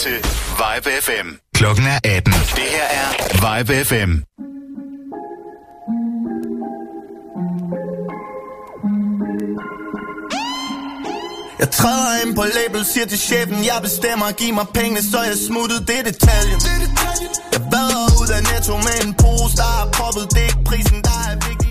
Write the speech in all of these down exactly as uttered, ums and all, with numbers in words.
til Vibe F M. Klokken er atten. Det her er Vibe F M. Jeg træder ind på label, siger til chefen, jeg bestemmer, giv mig pengene, så jeg smuttede, det er detaljen. Jeg vader ud af Netto med en pose, der er proppet, det er ikke prisen, der er vigtig.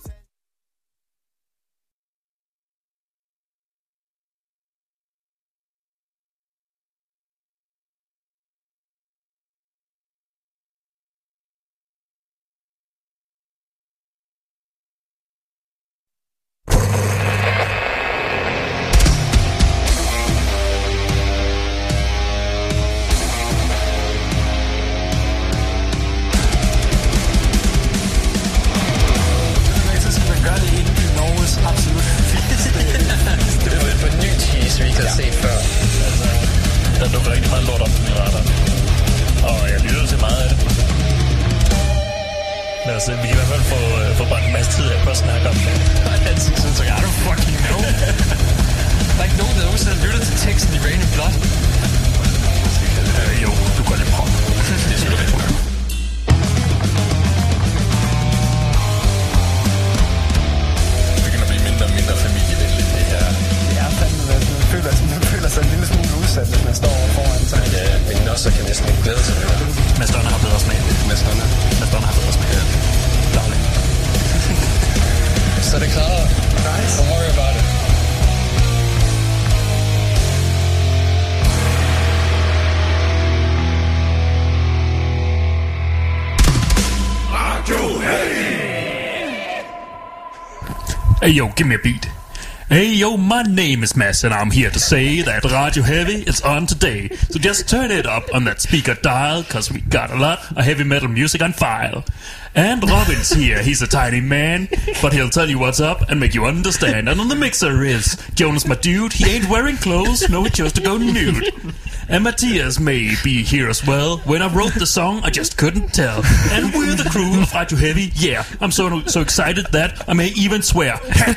Hey yo, give me a beat. Hey yo, my name is Mads and I'm here to say that Radio Heavy is on today. So just turn it up on that speaker dial, cause we got a lot of heavy metal music on file. And Robin's here, he's a tiny man, but he'll tell you what's up and make you understand. And on the mixer is Jonas, my dude, he ain't wearing clothes, no, he chose to go nude. And Matthias may be here as well. When I wrote the song, I just couldn't tell. And we're the crew of Radio Heavy. Yeah, I'm so so excited that I may even swear. Heck.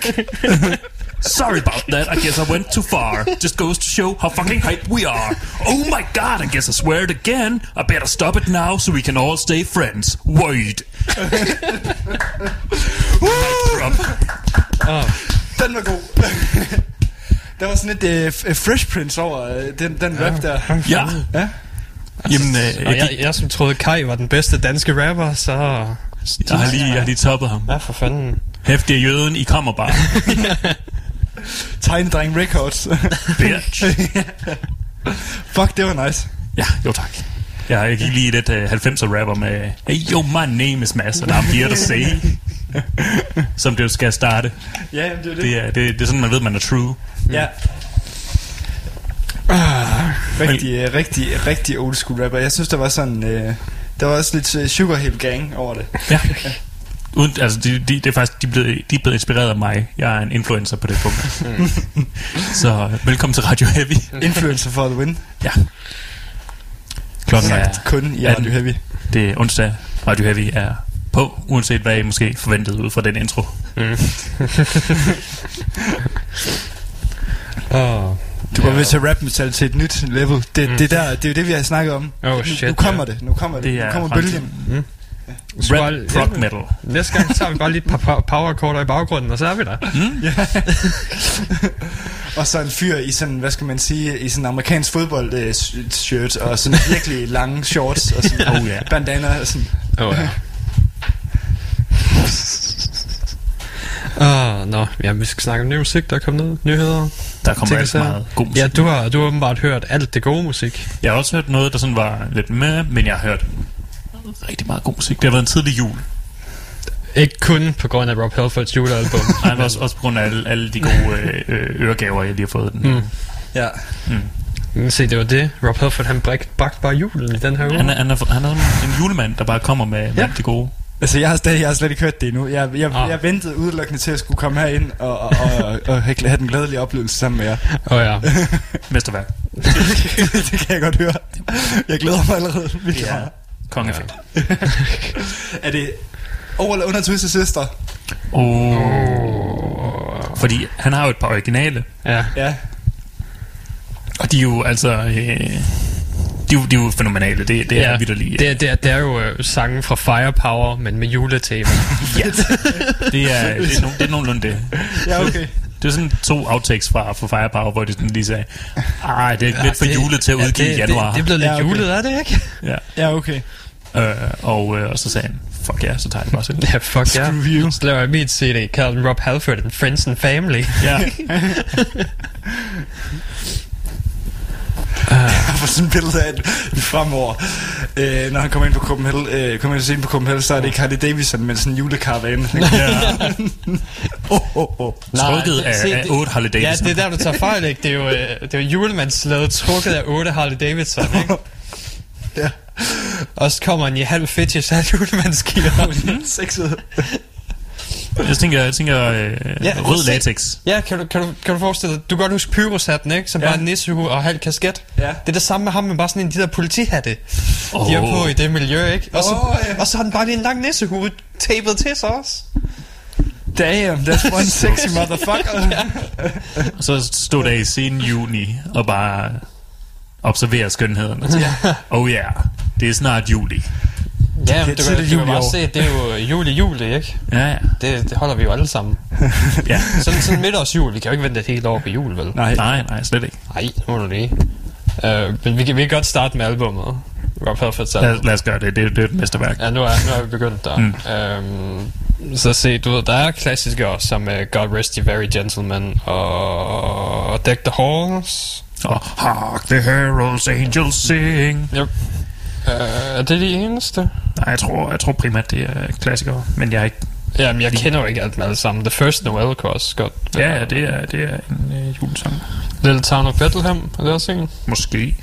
Sorry about that, I guess I went too far. Just goes to show how fucking hype we are. Oh my god, I guess I swear it again. I better stop it now so we can all stay friends. Word. oh. Den var god. Der var sådan et uh, Fresh Prince over uh, den, den rap der. Ja. Ja. Jamen, øh, jeg, jeg, jeg som troede Kai var den bedste danske rapper, så... Jeg har lige, jeg har lige toppet ham. Ja, for fanden. Hæftige jøden, I kommer bare. Tegnedreng Records. Bitch. Fuck, det var nice. Ja, jo tak. Jeg gik lige lidt uh, halvfemser rapper med hey yo, my name is Mads and I'm here to say. Som det jo skal starte. Ja, det er det. Det er, det, det er sådan, man ved, man er true. Ja. Ah, rigtig, rigtig, rigtig old school rapper. Jeg synes, der var sådan uh, der var også lidt uh, Sugar Hill Gang over det. Ja. Uden, altså, de, de, det er faktisk, de er, blevet, de er blevet inspireret af mig. Jeg er en influencer på det punkt. Mm. Så velkommen til Radio Heavy. Influencer for the win. Ja. Klokken er kun i Radio Heavy. Det er onsdag. Radio Heavy er på, uanset hvad I måske forventede ud fra den intro. Mm. oh. Du går ved til rap metal til et nyt level. Det, mm. det, der, det er jo det, vi har snakket om. Oh, shit, nu, nu kommer yeah. det. Nu kommer det. det nu kommer bølgen. Mm. Ja. Rap, rock metal. Næste gang tager vi bare lidt par power chorder i baggrunden, og så er vi der. Mm. Ja. Og så en fyr i sådan, hvad skal man sige, i sådan en amerikansk fodbold uh, shirt og sådan virkelig lange shorts og sådan oh, yeah. bandana og sådan. Oh ja. Åh, oh, nå, no. ja, vi skal snakke om ny musik, der er kommet noget, nyheder. Der kommer alt meget god musik. Ja, du har, du har åbenbart hørt alt det gode musik. Jeg har også hørt noget, der sådan var lidt med, men jeg har hørt rigtig meget god musik. Det har været en tidlig jul. Ikke kun på grund af Rob Halfords julealbum. Nej, men også, også på grund af alle, alle de gode øh, øregaver, jeg lige har fået den. Mm. Ja. Mm. Se, det var det. Rob Halford, han bragte bare julen i den her uge. Han er, han er, han er en julemand, der bare kommer med, med ja. det gode. Altså, jeg har, stadig, jeg har slet ikke hørt det endnu. Jeg, jeg, ah. jeg ventede udelukkende til at skulle komme herind og, og, og, og have den glædelige oplevelse sammen med jer. Åh oh, ja. Mesterværk. Det kan jeg godt høre. Jeg glæder mig allerede. Ja. Kongefedt. Ja. Er det over eller under Twisted Sister? Oh. oh. Fordi han har jo et par originale. Ja. Ja. Og de er jo altså... Øh, De, de er jo fænomenale, det, det er Ja, vitterligt. det, er- det, er, det er jo øh, sangen fra Firepower, men med juletema. Ja. det, er, det, er no, det er nogenlunde det. Ja, okay. Det er sådan to outtakes fra, fra Firepower, hvor de sådan lige sagde, ej, det er lidt for det- julet til at ja, udgive det, i januar. Det, det er blevet lidt Ja, okay. julet, er det ikke? Ja. Ja, okay. Øh, og, øh, og så sagde han, fuck ja, så tager jeg det bare selv. Ja, fuck ja. Screw you. Så laver jeg mit C D, kalder den Rob Halford and Friends and Family. Ja. Jeg får sådan et billede af, at fremover, øh, når han kommer ind på Copenhagen, øh, kommer ind til scenen på Copenhagen, så er det ikke Harley Davidson, men sådan en julekaravane. ja. oh, oh, oh. Trukket af, se, af det- otte Harley Davidson. Ja, det er der, du tager fejl, ikke? Det er jo, øh, det er jo julemandslaget trukket af otte Harley Davidson, ikke? Ja. Og så kommer han i halv fetish af julemandskiver. Sexet. Jeg tænker, jeg tænker øh, Ja, rød se- latex. Ja, kan du, kan, du, kan du forestille dig, du kan godt huske Pyrus-hatten, ikke? Som Ja. bare en nissehue og halv kasket. Ja. Det er det samme med ham, med bare sådan en af de der politihatte, oh. de har på i det miljø, ikke? Og så, Åh, ja. og så har den bare lige en lang nissehue tapet til sig også. Damn, that's one sexy motherfucker. Og så stod der i sen juni og bare observere skønheden. Og tænke, oh ja, yeah, det er snart juli. Ja, men Det er du, kan, tidligt du jul kan i bare år. se, det er jo juli, juli, ikke? Ja, ja. Det, det holder vi jo alle sammen. ja. Sådan, sådan midtårsjul, vi kan jo ikke vente et helt år på jul, vel? Nej. Nej, nej, slet ikke. Nej, nu må du lige. Uh, men vi kan, vi kan godt starte med albumet. Rob Halford's Lad, album. lad os gøre det. Det, det er et mesterværk. Ja, nu er, nu er vi begyndt der. Mm. Um, så se, du ved, der er klassiske også, som uh, God Rest Ye Very Gentlemen og Deck the Halls. Og hark the heralds angels sing. Yep. Uh, er det de eneste? Nej, jeg tror, jeg tror primært, det er klassikere. Men jeg er ikke... Jamen, jeg kender jo ikke alt dem alle sammen. The First Noel kan også godt. Ja, ja, det er, det er en øh, julesang. Little Town of Bethlehem, er det også en? Måske.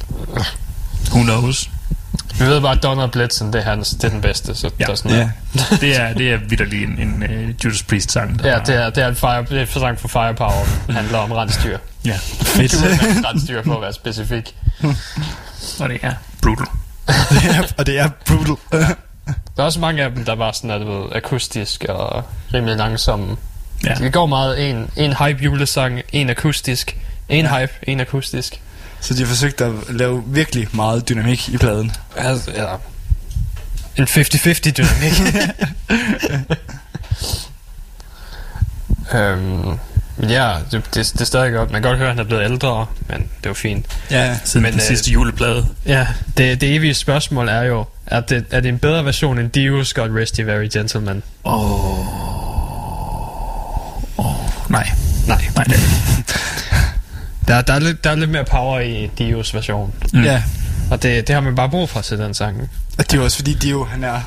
Who knows? Vi ved bare, at Donald Blitzen, det er, hans, det er den bedste, så Ja. der er sådan Ja. Det er, det er vitterlig en, en uh, Judas Priest-sang. der Ja, har- det er, det er en, fire, det er en sang for Firepower. Det handler om rensdyr. Ja, Fedt. Rensdyr for at være specifik. og det er brutal. Ja, og det er brutal. Der er også mange af dem, der var sådan, at du ved, akustisk og rimelig langsomme. Ja. Det går meget en, en hype julesang, en akustisk, en hype, en akustisk. Så de har forsøgt at lave virkelig meget dynamik i pladen. Altså, ja. En halvtreds halvtreds dynamik. øhm, men ja, det, det, det er stadig godt. Man kan godt høre, at han er blevet ældre, men det er jo fint. Ja, Siden Men, den øh, sidste juleplade. Ja, det, det evige spørgsmål er jo, er det, er det en bedre version end Dio's God Rest Ye Very Gentlemen? Åh... Oh. Nej. Nej. Nej, det er det ikke. Der, der, er lidt, der er lidt mere power i Dios version. Mm. ja. Og det, det har man bare brug for til den sang. Og det er jo også fordi Dio, han er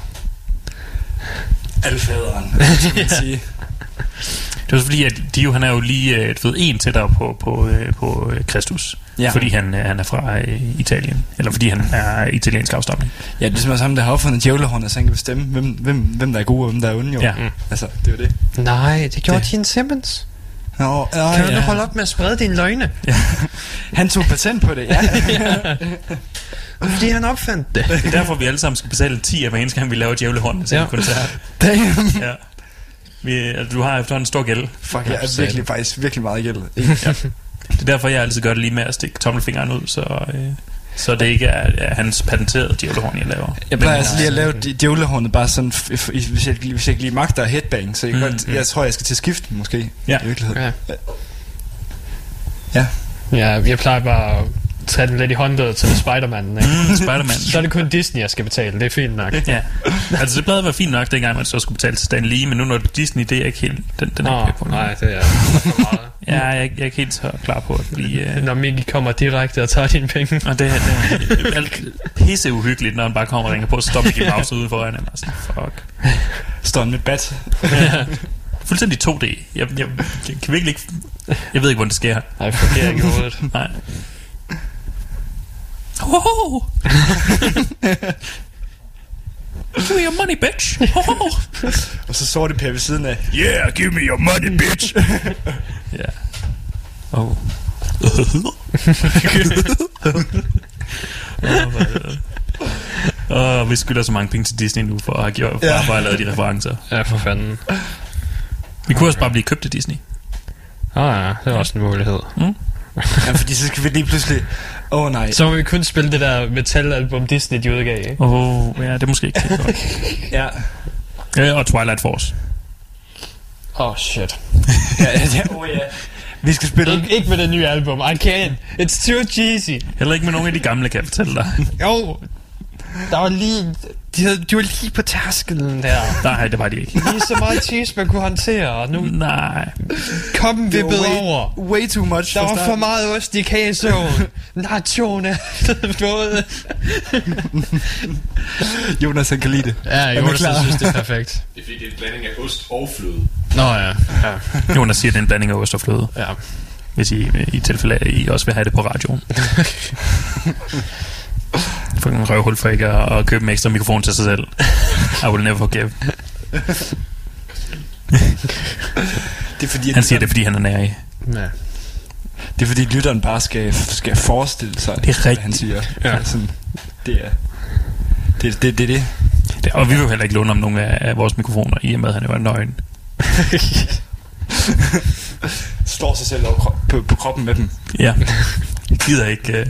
alfaderen, skal man sige. Det er også fordi, at Dio, han er jo lige øh, du ved, en tættere på, på, øh, på øh, Kristus. Ja. Fordi han, øh, han er fra øh, Italien. Eller fordi han er italiensk afstamning. Ja, det er simpelthen sammen, der har opfundet djævlehornet, så han kan bestemme, hvem, hvem, hvem der er gode og hvem der er onde, jo. Ja. Mm. Altså, det er jo det. Nej, det gjorde Det- Gene Simmons. Nå, øh, Kan du ja. nu holde op med at sprede dine løgne? Han tog patent på det, ja. Fordi han opfandt det. Det er derfor, vi alle sammen skal betale ti af hver eneste gang, vi laver djævlehånden til Ja. en koncert. Damn. Ja. Vi, altså, du har efterhånden en stor gæld. Fuck, jeg er virkelig, faktisk virkelig meget gæld. Ja. Det er derfor, jeg altid gør det lige med at stikke tommelfingeren ud, så, øh, så det ikke er, er hans patenterede djævlehorn, jeg laver. Jeg plejer Men, altså lige at lave di- djævlehornet bare sådan, f- f- hvis jeg, hvis jeg ikke lige magter headbang, så jeg, Mm, mm, godt, mm. jeg tror, jeg skal til skift, måske, Ja. i virkeligheden. Ja. Ja. Ja, jeg plejer bare at tage den lidt i håndledet til Spider-Man. Ikke? Mm, Spider-Man. Så er det kun Disney, jeg skal betale. Det er fint nok. Ja. Altså, det plejede at være fint nok, dengang man så skulle betale til Stan Lee, men nu når Disney, det er ikke helt... Den, den er Nå, ikke på. nej, det er for meget. Ja, jeg, er ikke- jeg er ikke helt så klar på at blive... Uh... Når Mickey kommer direkte og tager dine penge. Og det, det er alt pisse uhyggeligt, når han bare kommer og ringer på og stopper Mickey Mouse ude foran ham. Og sådan, fuck. Står han med bat. Ja. Fuldstændig to D. Jeg, jeg, jeg kan virkelig ikke... Jeg ved ikke, hvordan det sker. Nej, forkert ikke i hovedet. Nej. Oh! Give me your money, bitch! Oh! Og så sorte Per ved siden af. Yeah, give me your money, bitch! Ja. Oh. Åh, oh, vi skylder så mange penge til Disney nu for at have gjort, for Ja. at have lavet de referencer. Ja, for fanden. Vi kunne også bare blive købt af Disney. Ah ja, det er også en mulighed. Mm. Ja, fordi så skal vi lige pludselig... Åh oh, nej. Så må vi kun spille det der metalalbum Disney, de udgav. Åh, oh, ja, det er måske ikke det godt. Ja. Ja, og Twilight Force. Åh, oh, shit. Ja, ja, oh, ja. Vi skal spille... Ik- ikke med det nye album. I can't. It's too cheesy. Heller ikke med nogen af de gamle, kan jeg fortælle dig. Jo. Der var lige... De, havde, de var lige på tærskelen der. Nej, det var de ikke. Lige så meget cheese, man kunne håndtere. Og nu Nej. kom vi bedre way, over. Way too much. Der for var starten. for meget ost i kagesåen. Nationen. Både. Jonas, han kan lide det. Ja, Jonas, jeg synes, det er perfekt. Det er fordi, det er en blanding af ost og fløde. Nå ja. Ja. Jonas siger, det er en blanding af ost og fløde. Ja. Hvis I i tilfælde af, I også vil have det på radioen. For en røvhul for ikke at, at købe en ekstra mikrofon til sig selv. I will never forgive. Det er fordi, Han siger det, fordi han er nær i. Ja. Det er fordi, lytteren bare skal, skal forestille sig, Det er hvad rigtigt. han siger. Ja. Sådan, det er det, det, det, det. Det, og vi vil jo heller ikke låne om nogle af, af vores mikrofoner, i og med, at han jo er nøgen. Slår sig selv over krop, på, på kroppen med dem. Ja. Jeg gider ikke... Uh...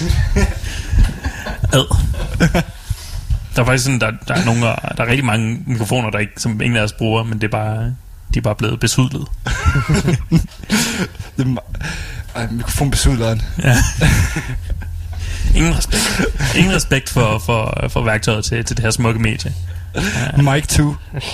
Ad. Der er faktisk sådan, der, der er nogle, der er rigtig mange mikrofoner, der ikke, som ingen af os bruger, men det er bare, de er bare blevet besudlet. Det er ma- Ej, mikrofonbesudleren. Ja. Ingen respekt. Ingen respekt for, for, for værktøjet til, til det her smukke medie. Ja. Mike to.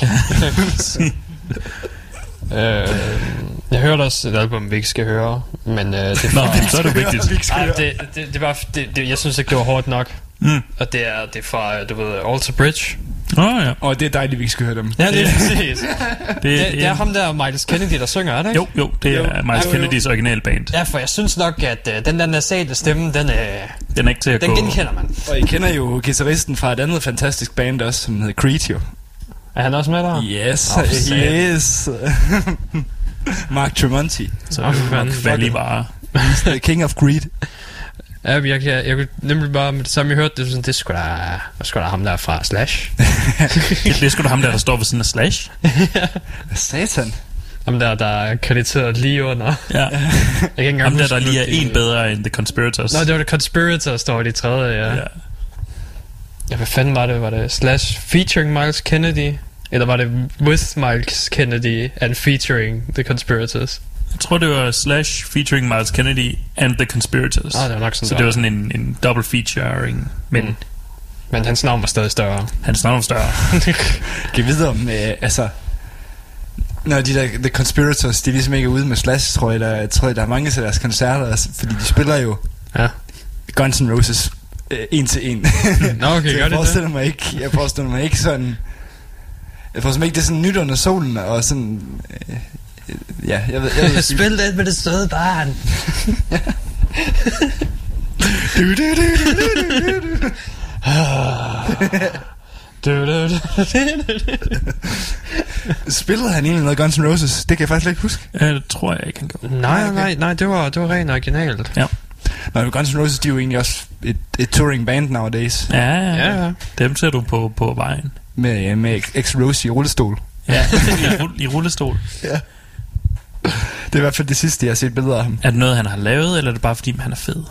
Øh, jeg hørte også et album, vi ikke skal høre, men øh, det er Nå, fra... så er det vigtigt. Ej, det, det, det var, det, det, jeg synes ikke, det var hårdt nok. Mm. Og det er, det er fra, du ved, Alter Bridge. Åh oh, ja. Og det er dejligt, vi ikke skal høre dem. Ja, det er præcis. Det, Det, det er ham der, Miles Kennedy, der synger, er det ikke? Jo, jo, det er Miles Kennedys originalband. Ja, for jeg synes nok, at øh, den der nasale stemme, den, øh, Den er ikke til at den gå... genkender man. Og I kender jo guitaristen fra et andet fantastisk band også, som hedder Creed, jo. Er han også med der? Yes, Oh, satan. yes. Mark Tremonti. Så Åh, er det for jo fanden. kvallig vare. He's the king of Creed. Ja, jeg, kan, jeg kunne nemlig bare med det samme, jeg hørte det, sådan, det skulle da, det skulle da ham der fra Slash. Det, det er sgu da ham der, der står ved siden af Slash. Satan. Ham der, der er krediteret lige under. Ja. Jeg kan ikke engang Ham der, huske der lige er det. en bedre end The Conspirators. Nå, det var The Conspirators, står i de tredje, ja. Ja. Ja, hvad fanden var det? Var det Slash featuring Miles Kennedy? Eller var det with Miles Kennedy and featuring The Conspirators? Jeg tror, det var Slash featuring Miles Kennedy and The Conspirators. Ah, det var nok sådan Så det var sådan en, en double featuring. Men Mm. Men hans navn var stadig større. hans navn var større. Kan vide om, øh, altså... Når de der The Conspirators, de er ligesom ikke ude med Slash, tror jeg, der, tror jeg, der er mange til deres koncerter, altså, fordi de spiller jo Ja. Guns N' Roses øh, en til en. Nå, okay, Så gør jeg det forestiller mig ikke, jeg forestiller mig ikke sådan... Jeg forestiller mig ikke, det er sådan nyt under solen, og sådan... Øh, ja, jeg ved... Jeg ved Spil lidt med det søde barn. du, du, du, du, du, du. Du, du, du, du. Spillede han egentlig noget Guns N' Roses? Det kan jeg faktisk ikke huske. Ja, det tror jeg ikke, han gjorde. Nej, nej, nej, det var, det var rent originalt. Ja. Nå, Guns N' Roses, de er jo egentlig også et, et touring band nowadays. Ja, ja, Ja, ja. Dem ser du på, på vejen. Med, ja, med X-Rose i rullestol. Ja, i, rull, i rullestol. Ja. Det er i hvert fald det sidste, jeg har set billeder af ham. Er det noget, han har lavet, eller er det bare, fordi han er fed?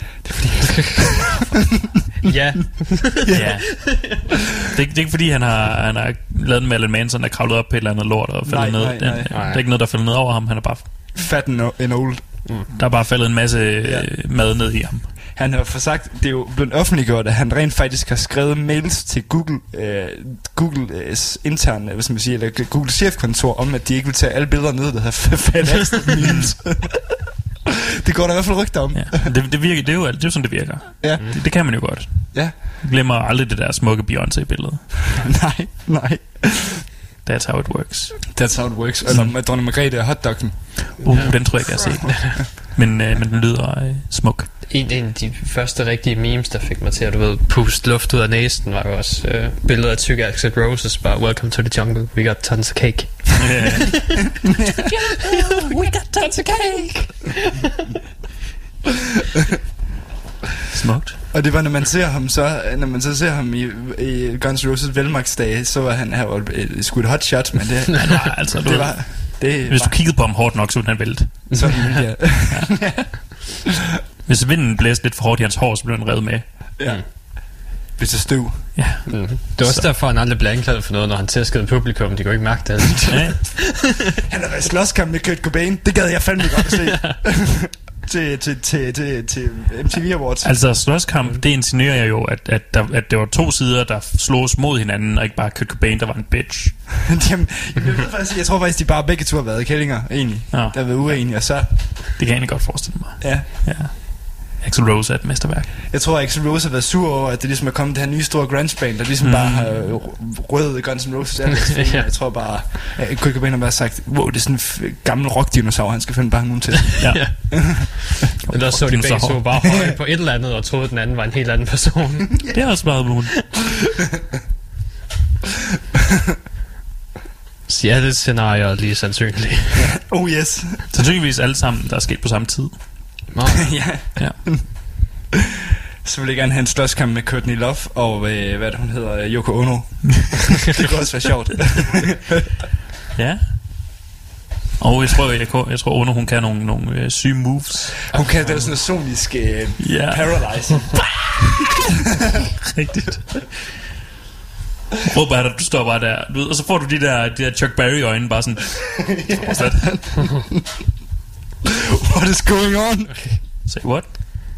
Ja. Ja. Det, er- det er ikke fordi, han har, han har lavet en Marilyn Manson, der kravlet op på et eller andet lort og faldet Nej, ned. nej, Den, nej. det er ikke noget, der falder ned over ham. Han er bare, Fat and, and old. der er bare faldet en masse Ja. ja. mad ned i ham. Han har for sagt, det er jo blevet offentliggjort, at han rent faktisk har skrevet mails til Google, øh, Googles interne, hvad skal man sige, eller Google chefkontor, om at de ikke vil tage alle billeder ned, der har fantastisk memes. Det går der i hvert fald rygter om. Ja. Det, det, virker, det, er jo, det er jo sådan, det virker. Ja. Det, det kan man jo godt. Ja. Jeg glemmer aldrig det der smukke Beyoncé-billede. nej, nej. That's how it works. That's how it works. Eller med dronning Margrethe og hotdoggen. Uh, den tror jeg ikke, jeg har set. Men, øh, men den lyder øh, smuk. En, en af de første rigtige memes, der fik mig til at, du ved, puste luft ud af næsen, var jo også øh, billeder af tykke Axl Roses, bare welcome to the jungle, we got tons of cake. We got tons of cake. Smukt. Og det var, når man ser ham så, når man så ser ham i, i Guns N' Roses velmagtsdage, så var han her var et skudt hot shot, men det, Han var, altså, du, det var... Det hvis var du kiggede på ham hårdt nok, så ville han vælte. sådan, ja. Hvis vinden blæste lidt for hårdt i hans hår, så blev han revet med. Ja. Hvis det støv. Ja. Mm. Det var også så. Derfor, han aldrig blev anklaget for noget, når han tæskede publikum. De kunne ikke mærke det. Ja. Han har været i slåskamp med Kurt Cobain. Det gad jeg fandme godt at se. til, til, til, til, til M T V Awards. Altså slåskamp, det insinuerer jo at, at, der, at det var to sider, der slås mod hinanden, og ikke bare Kurt Cobain, der var en bitch. Jamen, jeg, ved faktisk, jeg tror faktisk de bare begge to har været kællinger. Egentlig, ja. Der har været uenige. Og så det kan jeg egentlig godt forestille mig. Ja, ja. Axl Rose er et mesterværk. Jeg tror at Axl Rose har været sur over at det ligesom er kommet det her nye store grunge-band, der ligesom mm. bare har rødet Guns N' Roses. Ja. Jeg tror bare at Kurt Cobain har bare sagt, wow, det er sådan en f- gammel rockdinosaur, han skal finde bare nogen til. Ja. Eller så de begge to bare høje på et eller andet og troede, at den anden var en helt anden person. Det er også meget muligt. Så ja, det scenarie er lige sandsynligt. Oh yes. Sandsynligvis alle sammen, der er sket på samme tid. Ja. Ja. Så vil jeg gerne have en slåskamp med Courtney Love og øh, hvad det hun hedder, Yoko Ono. Det kunne også være sjovt. Ja. Og jeg tror, jeg, jeg tror Ono hun kan nogle, nogle øh, syge moves. Hun kan det sådan noget sonisk øh, yeah. paralyze. Rigtigt. Råber at du står bare der, du ved, og så får du de der, de der Chuck Berry øjne bare sådan. What is going on? Say what?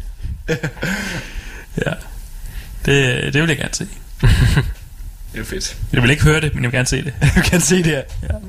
Ja. Det, det vil jeg gerne se. Det er fedt. Jeg vil ikke høre det, men jeg vil gerne se det. Jeg vil gerne se det, ja.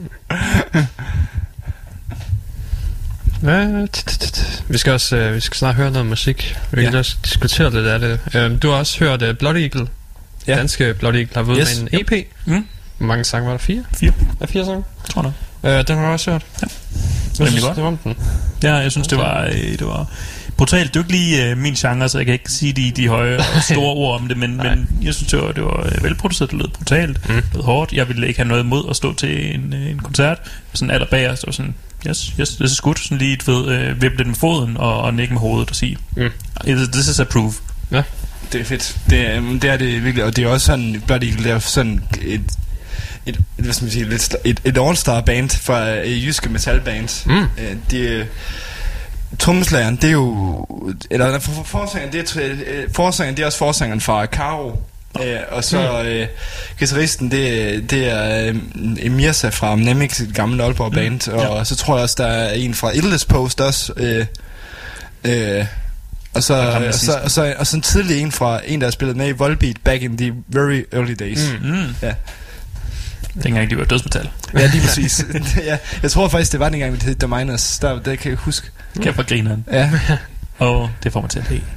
Ja. Vi skal også uh, vi skal snart høre noget musik. Vi kan ja. også diskutere lidt af det. Uh, du har også hørt uh, Blood Eagle. Ja. Danske Blood Eagle har været yes. med en E P. Mm. Hvor mange sange var der? Fire? Fire. Ja, fire sange. Jeg tror nok. Uh, den har jeg også hørt. Ja. Jeg synes, det var den. Ja, jeg synes det var, det var brutalt. Det er jo ikke lige uh, min genre, så jeg kan ikke sige de, de høje og store ord om det, men, men jeg synes det var, det var velproduceret, det lød brutalt, mm. lød hårdt. Jeg ville ikke have noget imod at stå til en, en koncert sådan aller bagerst og sådan, yes, yes, this is good, sådan lige, du ved, uh, vippe lidt med foden og, og nikke med hovedet og sige, mm. this is approve. Ja. Det er fedt. Det er det, er det virkelig, og det er også sådan, Blood Eagle, det er sådan et et, hvad skal man sige, et, et, et all-star band fra uh, jyske metalband. Mm. Uh, de trommeslageren, det er jo eller for, for, forsangeren, det er uh, forsangeren, det er også forsangeren fra Caro. Uh, og så uh, guitaristen, det, det er uh, Mirza fra Nemix, et gammelt Aalborg band. Mm. Og ja. Så tror jeg også der er en fra Ildes Post også. Uh, uh, Og så, og, så, og, så, og så en tidlig en fra en, der har spillet med i Volbeat back in the very early days. Mm. Mm. Ja. Dengang de var dødsmetal. Ja, lige præcis. Ja, jeg tror faktisk, det var dengang, vi hed The Miners. Der, det kan jeg huske. Kan jeg få grineren. Ja. Og det får mig til at le.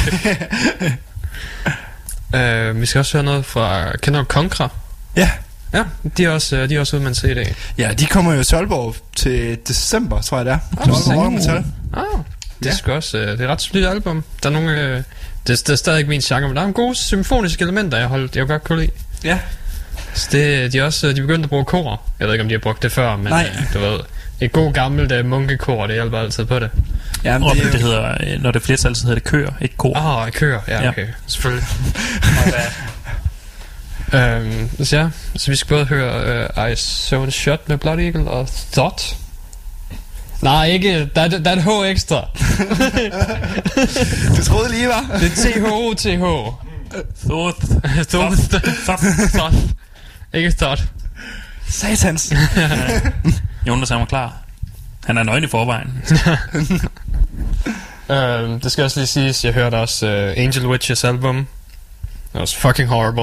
uh, vi skal også høre noget fra Kender du Konkra? Ja. Ja, de er også, de er også ude med en C D. Ja, de kommer jo til Aalborg til december, tror jeg det er. Oh, Aalborg Metal. Ah, det er ja. også, det er et ret solidt album. Der er nogle, det, det er stadig ikke min genre, men der er nogle gode symfoniske elementer, jeg holdt, jeg godt kunne lide. Ja. Så det, de er også, de begyndte at bruge kor. Jeg ved ikke, om de har brugt det før, men øh, du ved, et god gammelt uh, munkekor, det hjælper altid på det. Ja, men det, det, det hedder, når det er flertal, så hedder det køer, ikke kor. Ah, oh, køer, ja, okay, ja. Selvfølgelig. um, så ja, så vi skal både høre uh, I Saw a Shot med Blood Eagle og Thought. Nej, ikke, der er, der er et H ekstra. Du troede lige, var? Det er T H O T H. Thought. Thought. Thought. Ikke Thought. Satans. Jonas er klar. Han er nøgen i forvejen. uh, Det skal også lige siges, jeg hørte også uh, Angel Witches album. Det var fucking horrible.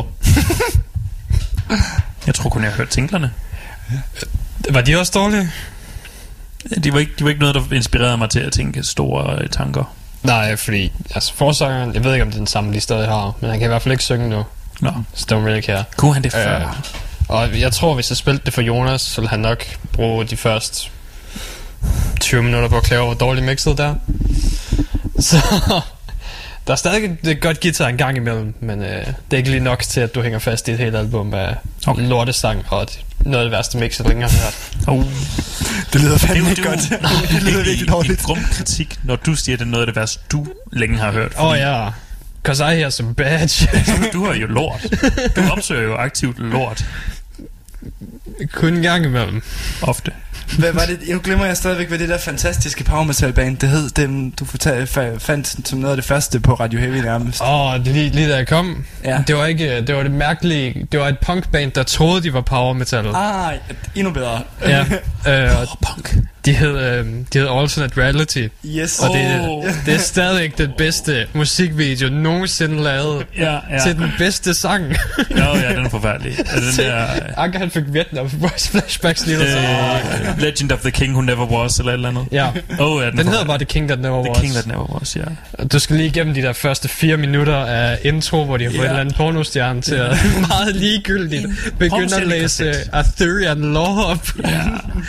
Jeg tror kun jeg har hørt tinglerne. Var de også dårlige? De var, ikke, de var ikke noget, der inspirerede mig til at tænke store øh, tanker. Nej, fordi altså, forsangeren, jeg ved ikke om det er den samme de stadig har, men han kan i hvert fald ikke synge nu. No. Så don't really care. Kunne han det før? Uh, og jeg tror, hvis jeg spillede det for Jonas, så ville han nok bruge de første tyve minutter på at klare, hvor dårligt mixet der. Så der er stadig et godt guitar en gang imellem, men uh, det er ikke lige nok til, at du hænger fast i et helt album af okay. lortesang og noget af det værste mix, jeg længere har hørt. Oh. Det lyder fandme ikke godt. Det lyder virkelig dårligt. En grum kritik, når du siger, det er noget af det værste, du længe har hørt. Åh oh, ja, yeah. Cause I hear some bad shit. Du har jo lort. Du opsøger jo aktivt lort. Kun en gang imellem. Ofte. Hvad var det? Nu glemmer jeg stadigvæk, hvad det der fantastiske power metal band, det hed, dem du fortalte, fandt som noget af det første på Radio Heavy nærmest. Åh, oh, lige, lige da jeg kom. Ja. Det var ikke, det var det mærkelige. Det var et punkband, der troede, de var power metal. Ah, endnu bedre. Ja. øh, Oh, punk. De hed, øh, de hed Alternate Reality. Yes. Og det, Oh. det er stadig den bedste musikvideo nogensinde lavet Ja, ja. til den bedste sang. Nå, ja, den er forfærdelig. Er den der... Anker han fik Vietnam Voice flashbacks lige der. Uh, Legend of the King Who Never Was, eller et eller andet. Ja. Oh, ja, den, Den hedder bare The King That Never The Was. King That Never Was, ja. Du skal lige igennem de der første fire minutter af intro, hvor de har fået Ja. en eller anden pornostjerne til at meget ligegyldigt begynde at læse Arthurian lore op. Ja.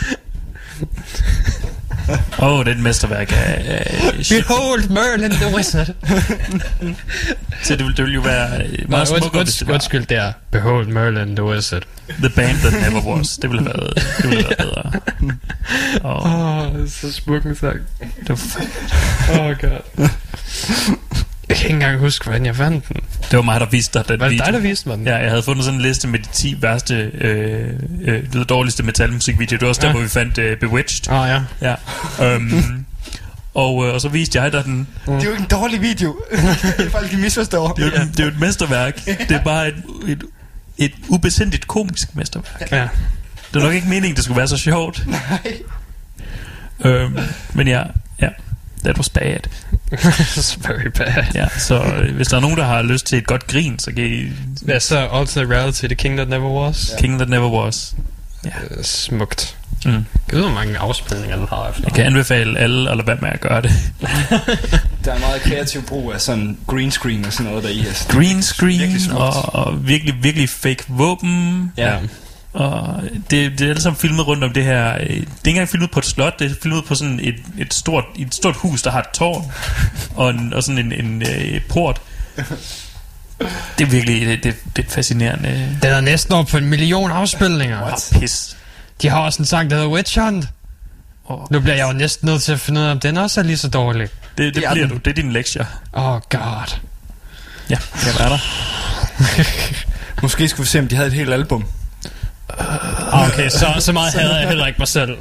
Åh, oh, det er et mesterværk af... af shit. Behold Merlin the Wizard. Så det vil, det vil jo være meget Nej, smukkere, hvis det var undskyld, det er Behold Merlin the Wizard. The Band That Never Was. Det ville have været, det ville have været bedre. Og Åh, oh, så smuk en sang. det var, Oh god. Jeg kan ikke engang huske, hvordan jeg fandt den. det var mig, der viste dig den Var det video. dig, der viste mig den? Ja, jeg havde fundet sådan en liste med de ti værste, øh, øh, de dårligste metalmusikvideoer. Det var også der, Ja. hvor vi fandt øh, Bewitched. Åh oh, ja. Ja. Um, og, øh, og så viste jeg dig den. Det er jo ikke en dårlig video. Folk de misforstår. Det er, jo, det er jo et mesterværk. Det er bare et, et, et ubesindigt komisk mesterværk. Ja. Det er nok ikke meningen, det skulle være så sjovt. Nej. Um, men ja, ja, that was bad. It's very bad. Ja, så øh, hvis der er nogen, der har lyst til et godt grin, så kan I... Ja, så Alternate Reality, The King That Never Was. King That Never Was. Øh, Smukt. Mm. Jeg ved, hvor mange afspilninger den har efter. Jeg kan anbefale alle at lade være med at gøre det. Der er meget kreativ brug af sådan green screen og sådan noget der i. Altså. Green Virkelig screen smukt. og, og virkelig, virkelig fake våben. Ja. Og det, det er alle sammen filmet rundt om det her. øh, Det er ikke engang filmet på et slot. Det er filmet på sådan et, et, stort, et stort hus, der har et tårn og, en, og sådan en, en øh, port. Det er virkelig det, det, det er fascinerende. Den er næsten over på en million afspilninger. What? Pis. De har også en sang, der hedder Witch Hunt. Oh, Nu bliver jeg jo næsten nødt til at finde ud af, om den også er lige så dårlig. det det Det er bliver den. du. Det er din lektie. Oh god. Ja, jeg er der. Måske skulle vi se, om de havde et helt album. Okay, så, så meget hader jeg heller ikke mig selv.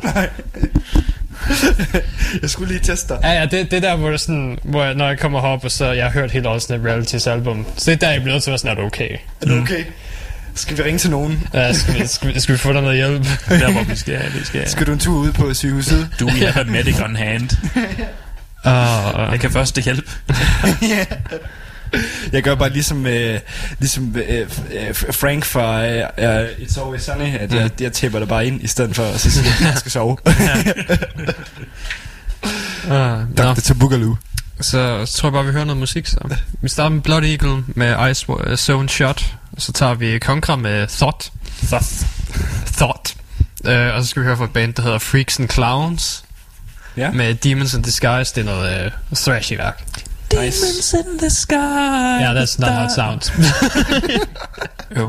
Jeg skulle lige teste dig. Ja, ja, det, det der, hvor, det sådan, hvor jeg, når jeg kommer herop, og så jeg har hørt hele Alternate Realities album. Så det er der, jeg bliver nødt til at være sådan, er det okay? Er det okay? Skal vi ringe til nogen? Ja, skal vi, skal vi, skal vi få dig noget hjælp? Der hvor vi skal, vi skal. Skal du en tur ud på sygehuset? Do we have a medic on hand? Uh, Jeg kan først hjælpe. Jeg gør bare ligesom, øh, ligesom øh, øh, Frank fra øh, øh, It's Always Sunny, at jeg, jeg tæpper det bare ind, i stedet for at så sige, at jeg skal sove. uh, no. doktor Boogaloo. Så, så tror jeg bare, vi hører noget musik. Så. Vi starter med Blood Eagle med Ice uh, Zone Shot. Og så tager vi Conqueror med Thought. Thought. Thought. Uh, og så skal vi høre fra et band, der hedder Freaks and Clowns. Ja. Med Demons in Disguise. Det er noget uh, thrashy værk. Demons in the sky. Yeah, that's not how it sounds. Jo.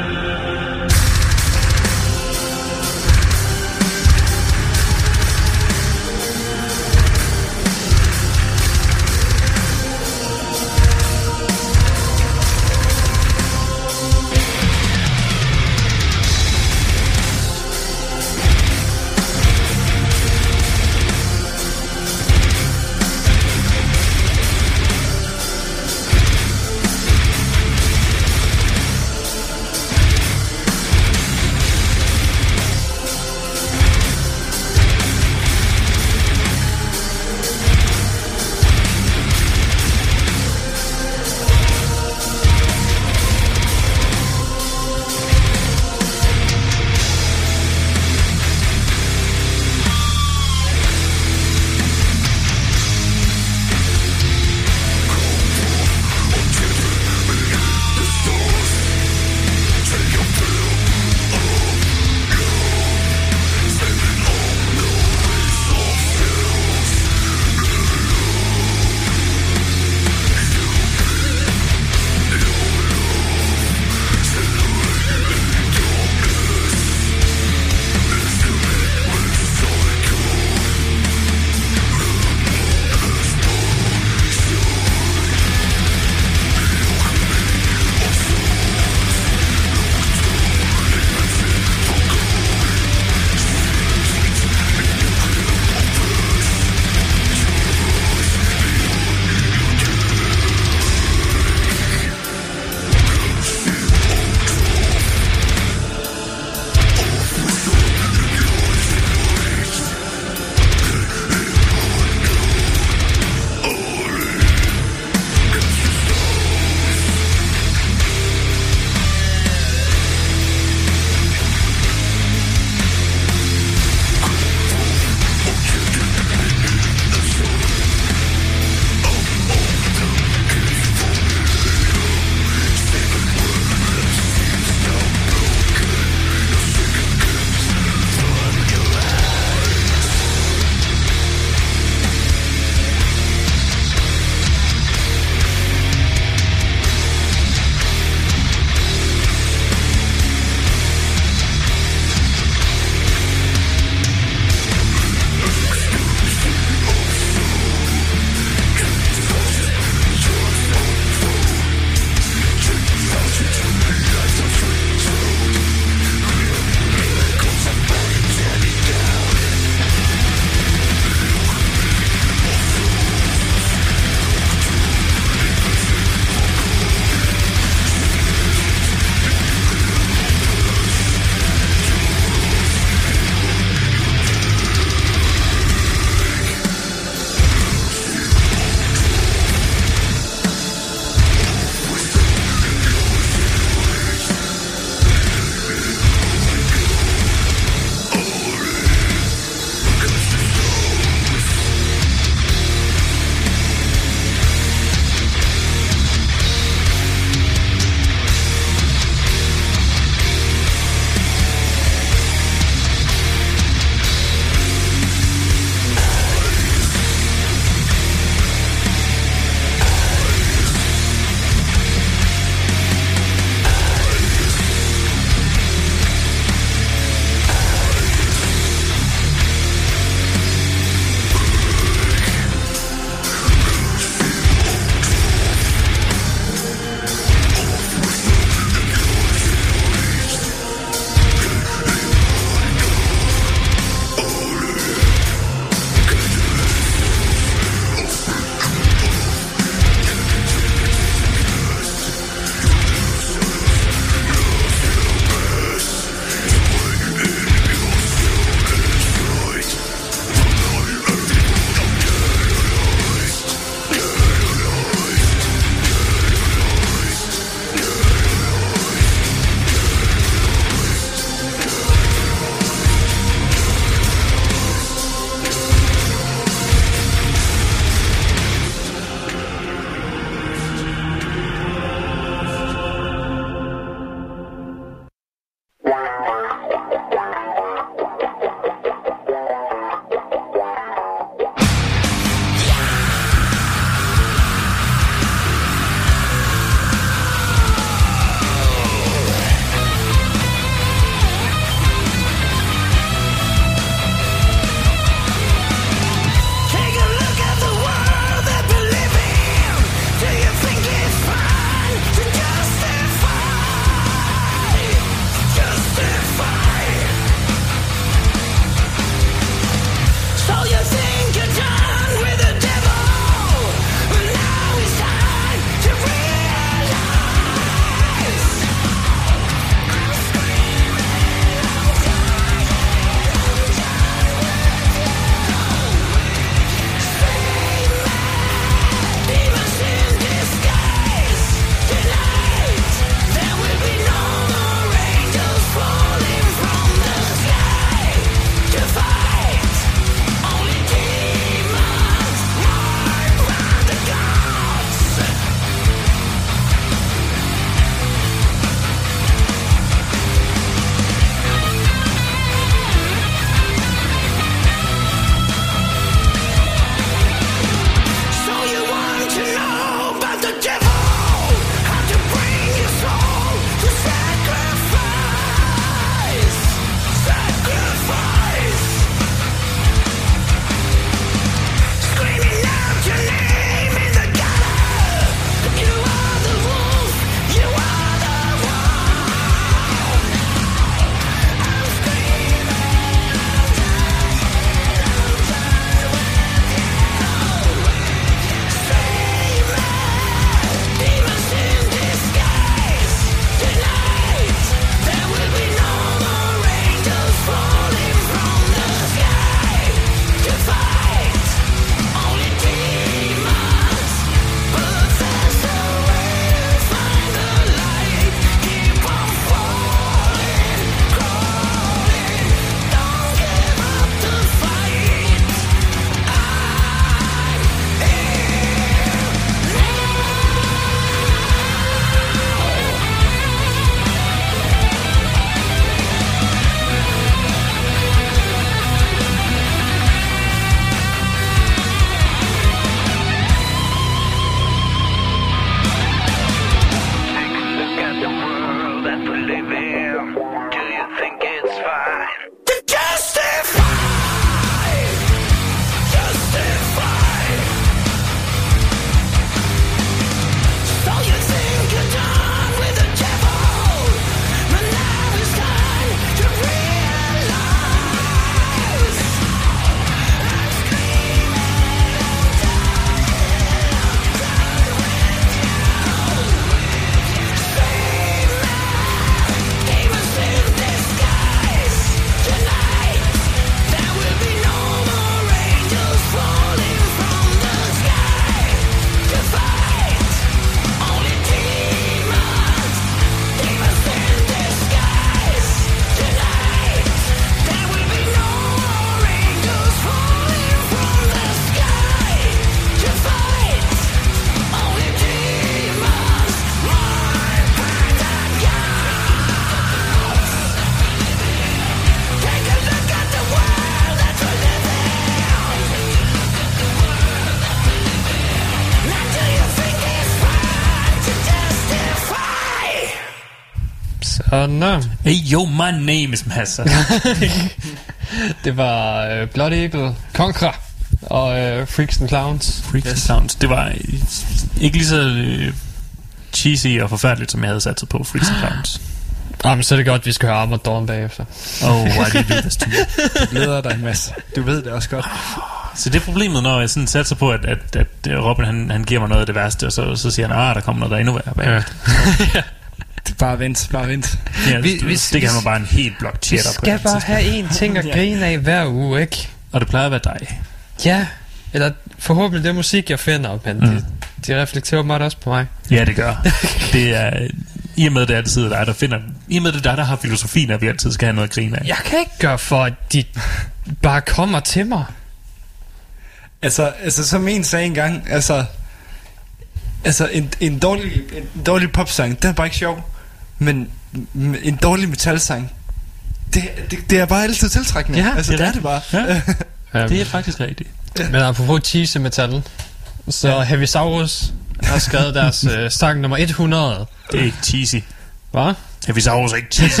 Og nå. Hey yo, my name is Massa. Det var uh, Blood Eagle, Conqueror og uh, Freaks and Clowns. Freaks yes. and Clowns. Det var ikke lige så uh, cheesy og forfærdeligt, som jeg havde sat sig på Freaks and Clowns. Jamen, så er det godt, vi skal høre Armored Dawn bagefter. Oh, why do you do this to me? Du glæder dig en masse. Du ved det også godt. Så det er problemet, når jeg sådan satser på, at, at, at Robin han, han giver mig noget af det værste, og så, så siger han, ah, der kommer noget, der er endnu værre bagefter. Ja. Bare vent, bare vent. Ja, vi, vi stikker han mig bare en helt blok cheddar på. Vi skal bare have én ting at grine af hver uge, ikke? Og det plejer at være dig. Ja, eller forhåbentlig det musik, jeg finder, men mm. det, de reflekterer meget også på mig. Ja, det gør. Det er... I og med det er altid dig, der finder... I og med det er dig, der har filosofien, at vi altid skal have noget at grine af. Jeg kan ikke gøre for, at de bare kommer til mig. Altså, altså som en sagde engang, altså... Altså, en, en, dårlig, en dårlig popsang, den er bare ikke sjov. Men en dårlig metalsang, det, det, det er bare altid tiltrækkende. Ja, altså, det er, det, er det bare. Ja. Det er faktisk rigtigt. Ja. Men apropos cheese metal, så ja. Heavisaurus har skrevet deres øh, sang nummer hundrede. Det er ikke cheesy. Hvad? Heavisaurus er ikke cheesy.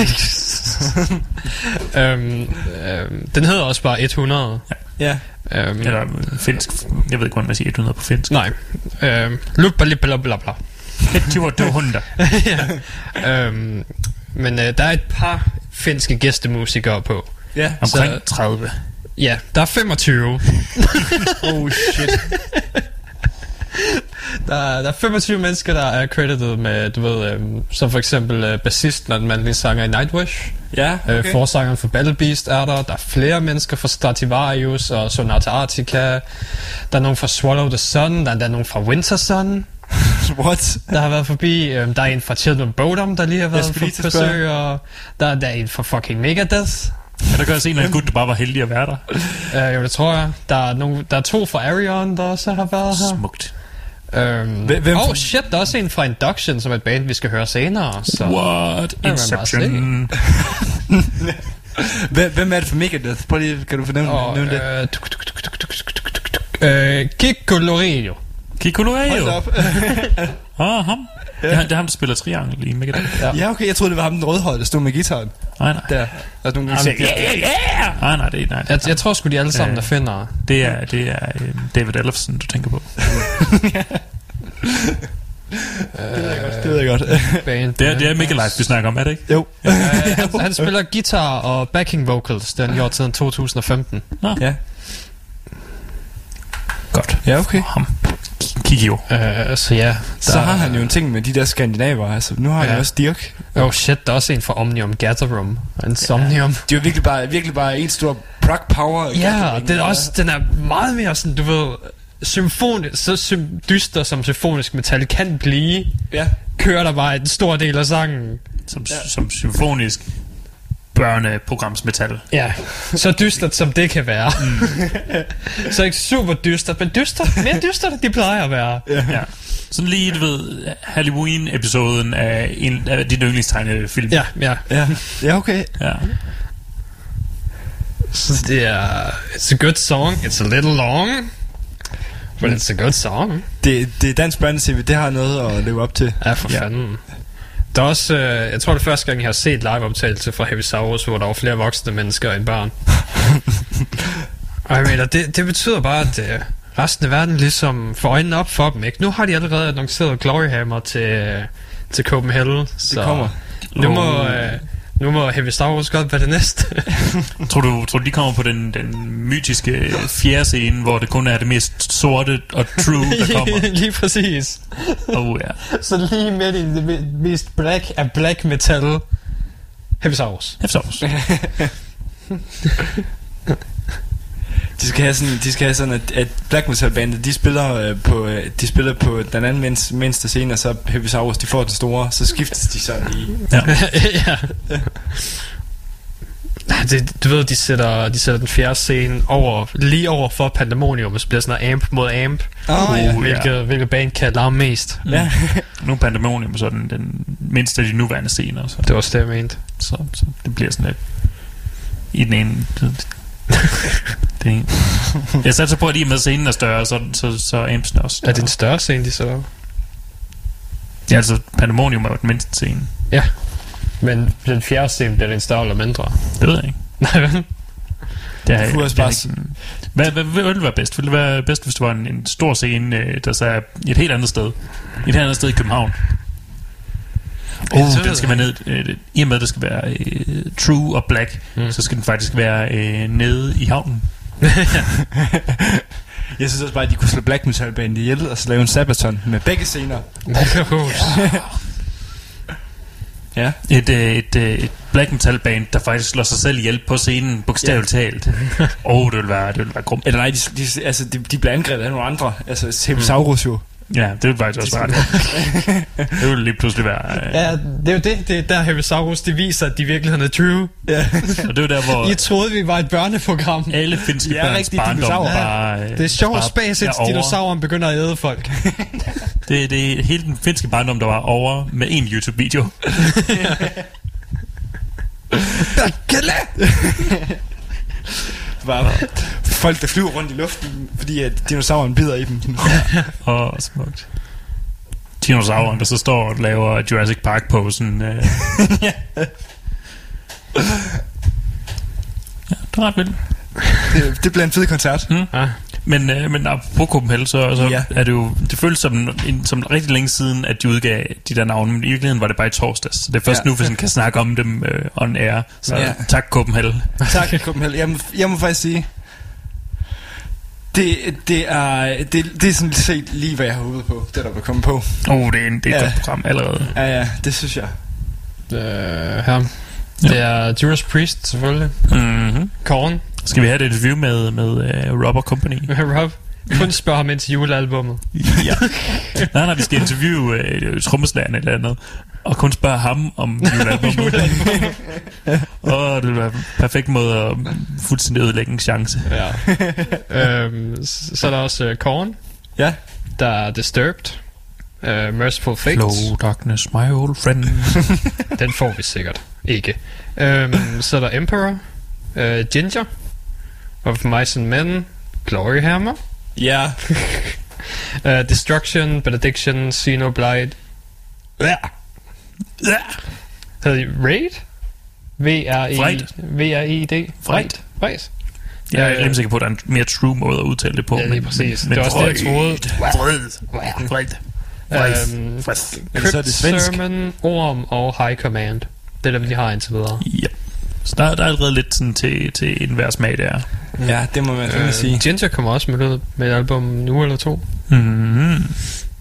øhm, øhm, den hedder også bare hundrede. Ja. Ja. Øhm, Eller finsk. Jeg ved ikke, hvordan man siger hundrede på finsk. Nej. Øhm, Lupalipalabla. Det var det hundrede. Ja. Øhm, men øh, der er et par finske gæstemusikere på. Ja. Omkring så, tredive. Ja, der er femogtyve. Oh shit. Der, der er femogtyve mennesker, der er credited med, du ved, øhm, som for eksempel øh, bassisten og den mandlige sanger i Nightwish. Ja, okay. øh, Forsangeren for Battle Beast er der. Der er flere mennesker fra Strativarius og Sonata Arctica. Der er nogen fra Swallow the Sun. Der er, der er nogen fra Winter Sun. What? Der har været forbi. Øhm, der er en fra Children Bodom, der lige har været på besøg. Og der, der er en fra fucking Megadeth. Ja, der gør også en eller anden gut, der bare var heldig at være der. Uh, jo, det tror jeg. Der er, nogle, der er to fra Arion, der også har været her. Smukt. Øhm, Hvem oh shit, der er også en fra Induction, som er et band, vi skal høre senere. Så what? Inception. Hvem er det for Megadeth? Prøv lige, kan du fornemme oh, det? Øh, Kiko Loredo. Kiko Loredo? Hold op. Ah, ham. Ja. Det, er, det er ham, der spiller triangel i Megadeth. Ja. Ja, okay, jeg troede, det var ham, den rødhårede, der stod med guitaren. Nej, nej. Der. Der er nogle, der siger, ja, ja, ja. Nej, nej, det er... Nej, jeg, jeg tror sgu, de alle sammen, der finder... Det er, det er um, David Ellefson, du tænker på. Ja. Det ved jeg godt. Det ved jeg godt. det, er, det er Megalife, vi snakker om, er det ikke? Jo. uh, han, han spiller guitar og backing vocals, den gjort siden to tusind og femten. Nå. Ja. Godt. Ja, okay. Ham. Kikio. Uh, så ja. Så har han jo en ting med de der skandinaver. Altså, nu har ja. han også Dirk. Oh shit, der er også en fra Omnium Gatherum. Insomnium. Ja. Det er jo virkelig bare, virkelig bare en stor prog power. Ja, det er også, den er meget mere sådan, du ved, symfonisk, så sym- dyster som symfonisk metal kan blive. Ja. Kører der bare en stor del af sangen. Som, ja. som symfonisk børneprogramsmetal. Ja, så dystert som det kan være. Mm. Så ikke super dystert, men dystert, mere dystert end de plejer at være. Ja. Ja. Sådan lige, du ved, Halloween-episoden af, en, af din yndlingstegnefilm. Ja, ja. Ja, ja okay. Ja. Så det er... It's a good song, it's a little long, but it's a good song. Det, det er dansk børne-tv, det har noget at leve op til. Ja, for ja. fanden. Der er også, øh, jeg tror det er første gang, jeg har set live-optagelse fra Heavisaurus, hvor der var flere voksne mennesker end børn. Og jeg mener, det, det betyder bare, at øh, resten af verden ligesom får øjnene op for dem, ikke? Nu har de allerede annonceret Gloryhammer til, til Copenhagen. Så det kommer. Nu må, øh, nu må Heavisaurus godt være det næste. tror, du, tror du, de kommer på den, den mytiske fjerde scene, hvor det kun er det mest sorte og true, der kommer? Lige præcis. Oh, ja. Så lige midt i det mest black af black metal. Heavisaurus. Heavisaurus. De skal have sådan, de skal have sådan at, at black metal bandet, de spiller øh, på øh, de spiller på den anden mindste, mindste scene, og så Heavisaurus, de får den store, så skiftes de sådan i. Ja. Ja. Det, du ved, de sætter, de sætter den fjerde scene over, lige over for Pandemonium, og så bliver sådan noget amp mod amp. Oh, uh, ja. Hvilket, ja. hvilket band kan larme mest. Mm. Ja. Nu er Pandemonium så den, den mindste af de nuværende scener. Så. Det var også det, jeg mente. Så, så det bliver sådan lidt i den ene... det er jeg satser på, at i og med scenen er større, så, så, så er ampsen også større. Er det en større scene, de så? Ja, altså Pandemonium er jo den mindste scene. Ja. Men den fjerde sten, bliver den større eller mindre? Det ved jeg ikke. Nej, vel? Det er, Det kunne også det er bare ikke, hvad, hvad, hvad ville det være bedst? Ville det være bedst, hvis det var en, en stor scene, øh, der så er i et helt andet sted? I et helt andet sted i København? Oh, den skal være ned, øh, i og med at det skal være øh, true og black, mm. så skal den faktisk være øh, nede i havnen. Jeg synes også bare, at de kunne slå black metal band ihjel og så lave en Sabaton med begge scener. Ja. Et, øh, et, øh, et black metal band, der faktisk slår sig selv ihjel på scenen, bogstaveligt talt. Åh, oh, det vil være, det vil være grumt. Eller nej, de, de, altså, de, de bliver angrebet af nogle andre. Altså Teposaurus jo. Ja, det vil faktisk også være det. Det vil lige pludselig være... Øh... Ja, det er jo det. Det er der Herosaurus, de viser, at de virkelig er true. Ja. Og det er der, hvor... I troede, vi var et børneprogram. Alle finske ja, børns barndom bare... Øh, det er sjovt spas, at dinosauren begynder at æde folk. det, det er hele den finske barndom, der var over med en YouTube-video. Bare folk, der flyver rundt i luften, fordi at dinosauren bider i dem. Åh, oh, smukt. Dinosauren, der så står og laver Jurassic Park-posen. Øh. Ja. Ja, det er ret vildt. Det, det bliver en fed koncert. Mm. Ah. Men, øh, men apropos Copenhagen, så, så ja. er det jo, det føles som, en, som rigtig længe siden, at de udgav de der navne, men i virkeligheden var det bare i torsdags. Så det er først ja. nu, hvis man kan snakke om dem øh, on air. Så ja. tak Copenhagen. Tak Copenhagen. Jeg må, jeg må faktisk sige, det, det, er, det, det er sådan set lige, hvad jeg har ude på, det der vil komme på. Åh, oh, det er, en, det er et ja. godt program allerede. Ja, ja, det synes jeg. Uh, her. Ja. Det er Judas Priest, selvfølgelig. Mm-hmm. Korn. Skal vi have et interview med, med uh, Rob og Company? Rob? Kun spørg ham ind til julealbummet. Ja. Nej, nej, vi skal interviewe uh, trommeslageren eller andet, og kun spørge ham om julealbummet. Åh, oh, det vil være en perfekt måde at fuldstændig ødelægge en chance. Ja. øhm, så er der også uh, Korn. Ja. Der er Disturbed. Uh, Merciful Fate. Flow darkness, my old friend. Den får vi sikkert ikke. Um, så er der Emperor. Uh, Ginger. Of Mice and Men. Gloryhammer. Ja. uh, Destruction, Benediction, Xenoblade. Ja. Ja. Hedder de Raid? V-R-E-D. V-R-E-D. Raid. Raid. Jeg er rimelig sikker på, at der er en mere true måde at udtale det på. Ja, lige præcis. Men, det var også det, jeg troede. Fred. Fred. Um, Crypt Sermon, Orm og High Command. Det er dem, de har indtil videre. Ja. Så der, der er allerede lidt sådan til, til enhver smag der. Ja, det må man uh, sige. Ginger kommer også med, ud med et album nu eller to. Mm-hmm.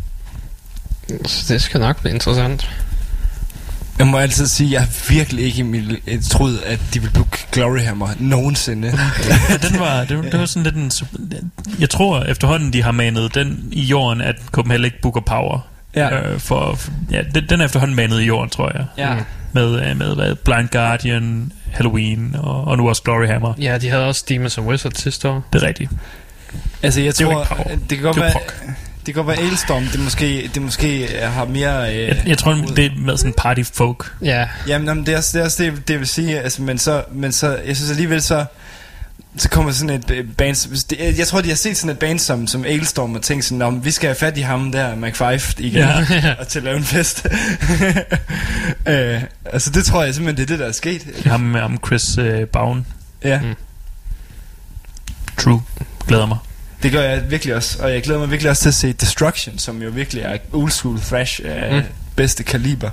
Så det skal nok blive interessant. Jeg må altid sige, at jeg har virkelig ikke troet, at de ville booke Gloryhammer nogensinde. Ja, den var, det, var, det var sådan lidt en... Jeg tror efterhånden, de har manet den i jorden, at Copenhagen ikke booker Power. Ja. Øh, for, for, ja, den, den er efterhånden manet i jorden, tror jeg. Ja. Mm. Med, med hvad, Blind Guardian, Halloween og, og nu også Gloryhammer. Ja, de havde også Demons and Wizards sidste år. Det er rigtigt. Altså, jeg det tror, det kan godt det være... Det kan godt være Ailstorm, det måske, det måske har mere... Øh, jeg, jeg tror, det er med sådan party folk. Ja. Jamen, jamen det er også det, er også det, det vil sige, altså, men så, men så, jeg synes alligevel så, så kommer sådan et band, det, jeg tror, de har set sådan et band som, som Ailstorm og tænkt sådan, om vi skal have fat i ham der, McFive, igen, ja. Og til at lave en fest. øh, altså, det tror jeg simpelthen, det er det, der er sket. Ham med ham Chris øh, Bowen. Ja. Mm. True. Glæder mig. Det gør jeg virkelig også, og jeg glæder mig virkelig også til at se Destruction, som jo virkelig er old school thrash af mm. bedste kaliber.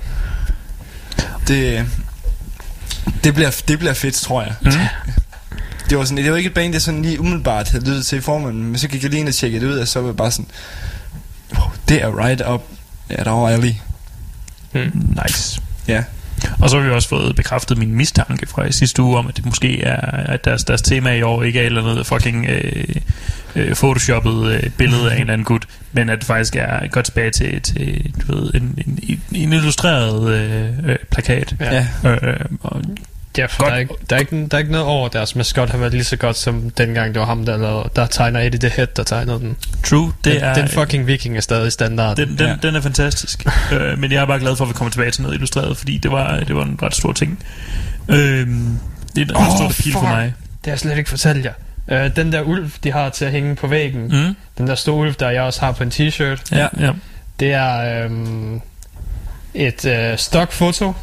Det, det, bliver, det bliver fedt, tror jeg. Mm. Det var sådan, det var ikke et band, jeg sådan lige umiddelbart havde lyttet til i formanden, men så gik jeg lige ind og tjekkede det ud, og så var jeg bare sådan, oh, det er right up at our alley. Mm. Nice. Ja. Og så har vi også fået bekræftet min mistanke fra i sidste uge om, at det måske er, at deres, deres tema i år ikke er et eller andet fucking øh, øh, photoshoppet øh, billede af en eller anden gut, men at det faktisk er godt tilbage til, til du ved, en, en, en illustreret øh, øh, plakat. Ja. Øh, øh, og ja, for der er, ikke, der, er ikke, der er ikke noget over, deres maskot har været lige så godt som dengang det var ham, der, lavede, der tegner Eddie the Head, der tegnede den. True, det den, er... Den fucking viking er stadig standard. Den, den, ja. den er fantastisk. øh, men jeg er bare glad for, at vi kommer tilbage til noget illustreret, fordi det var, det var en ret stor ting. Øh, det er en ret oh, stor appeal for mig. Det har jeg slet ikke fortalt jer. Øh, den der ulv, de har til at hænge på væggen, mm. den der store ulv, der jeg også har på en t-shirt, ja, ja. det er øhm, et øh, stokfoto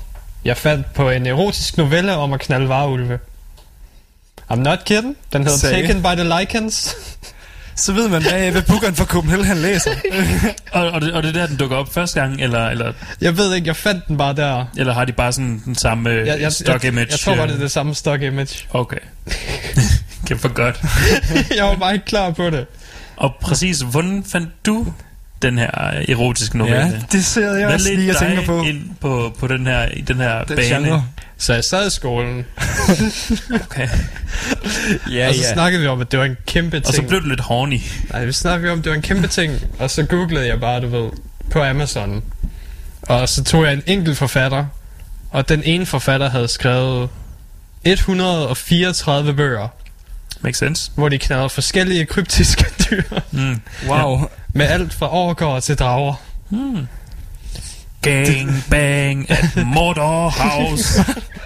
Jeg fandt på en erotisk novelle om at knalde varulve. I'm not kidding. Den hedder Sag. Taken by the Lycans. Så ved man, hvad, hvad bookeren fra Copenhagen han læser. Og, og, det, og det er der, den dukker op første gang, eller, eller, Jeg ved ikke, jeg fandt den bare der. eller har de bare sådan den samme Jeg, jeg, jeg, stock image? jeg, jeg tror bare, det er det samme stock image. Okay. Kæft for godt. Jeg var bare ikke klar på det. Og præcis, hvordan fandt du den her erotiske novelle? Ja, det ser jeg Hvad også lige ledte og tænker dig på. ind på, på den her, i den her Den bane? genre. Så jeg sad i skolen, Okay. Ja, og så ja. snakkede vi om, at det var en kæmpe ting. Og så blev du lidt horny. Nej, vi snakkede om, at det var en kæmpe ting. Og så googlede jeg bare, du ved, på Amazon. Og så tog jeg en enkelt forfatter. Og den ene forfatter havde skrevet et hundrede og fireogtredive bøger, Makes sense. hvor de knaldede forskellige kryptiske dyr. Mm. Wow. Med alt fra overgård til drager. Hmm. Gang bang at Mordor House.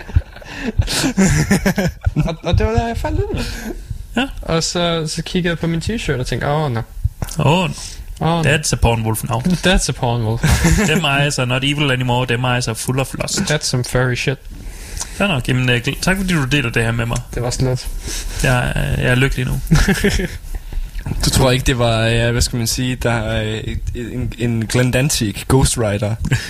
og, og det var der, jeg faldt ud. Ja. Og så, så kiggede jeg på min t-shirt og tænkte, åh, oh, no. Oh, Oh, no. that's a porn wolf now. That's a porn wolf. Them eyes are not evil anymore. Them eyes are full of lust. That's some furry shit. Ja nok, jamen, øh, gl- tak fordi du deler det her med mig. Det var slet. Jeg, er- jeg er lykkelig nu. Du tror ikke, det var, ja, hvad skal man sige, der er et- en, en Glenn Danzig ghostwriter.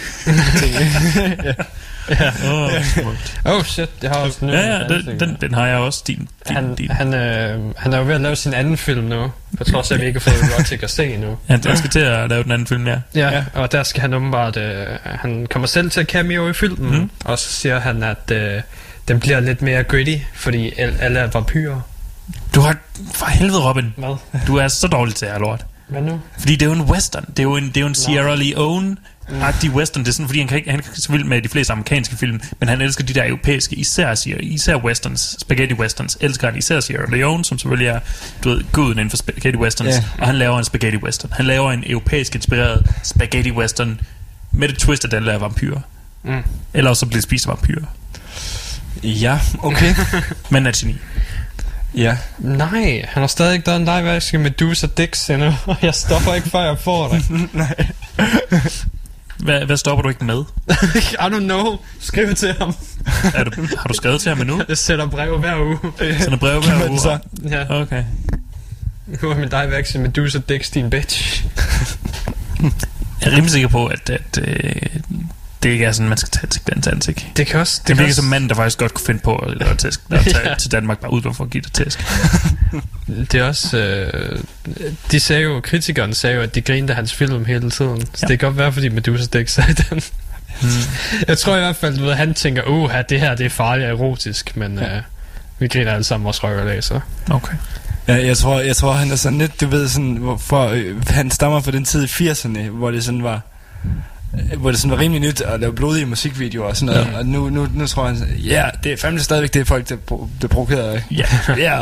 Ja. Oh, Oh shit, det har også en ny ja, ja, dancing. den, den, den har jeg også. Din, din, Han, din. han, øh, han er jo ved at lave sin anden film nu, på trods af, at vi ikke har fået Erotic at se endnu. Ja, den skal til at lave den anden film, ja. Ja, ja, og der skal han åbenbart, øh, han kommer selv til at cameo i filmen, Mhm. mm. og så siger han, at øh, den bliver lidt mere gritty, fordi al- alle er vampyrer. Du har... For helvede, Robin. Hvad? Du er så dårlig til at lort. Hvad nu? Fordi det er jo en western. Det er jo en, det er jo en Sierra Leone-agtig western. Det er sådan, fordi han kan ikke... Han kan så vildt med de fleste amerikanske film, men han elsker de der europæiske, især, Sierra, især westerns, spaghetti westerns. Elsker han især Sierra Leone, som selvfølgelig er, du ved, guden inden for spaghetti westerns. Ja. Og han laver en spaghetti western. Han laver en europæisk inspireret spaghetti western med det twist, at den er vampyrer. Mm. Eller også så bliver spist af vampyrer. Ja, okay. Men er geni. Ja. Nej, han har stadig ikke lavet en live action med Medusa Dix endnu, og jeg stopper ikke, før jeg får det. Nej. Hvad, hvad stopper du ikke med? I don't know. Skriv til ham. Er du, har du skrevet til ham endnu? Jeg sætter brev hver uge. Sender brev hver Men uge? så- Ja. Okay. Nu er min live action med Medusa Dix, din bitch. Jeg er rimelig sikker på, at, at øh, det ikke er sådan, man skal tage til Glenn Danzig. Det kan også... Det kan virker også- som manden, der faktisk godt kunne finde på at lave tæsk. At tage Ja. til Danmark bare ud for at give dig tæsk. Det er også... Øh, de sagde jo... Kritikerne sagde jo, at de grinede af hans film hele tiden. Så Ja. det kan godt være, fordi Medusa Dix sagde den. Hmm. Jeg tror i hvert fald, du ved, han tænker, uh, det her det er farligt og erotisk, men øh, vi griner alle sammen vores røv og læser. Okay. Ja, jeg tror, jeg tror han er sådan lidt, du ved, sådan, hvor, for, øh, han stammer fra den tid i firserne, hvor det sådan var, øh, hvor det sådan var rimelig nyt at lave blodige musikvideoer og sådan noget. Ja. Og nu, nu, nu tror han, ja, det er fandme stadigvæk det folk, der, pro- der provokerer af. Ja. Ja.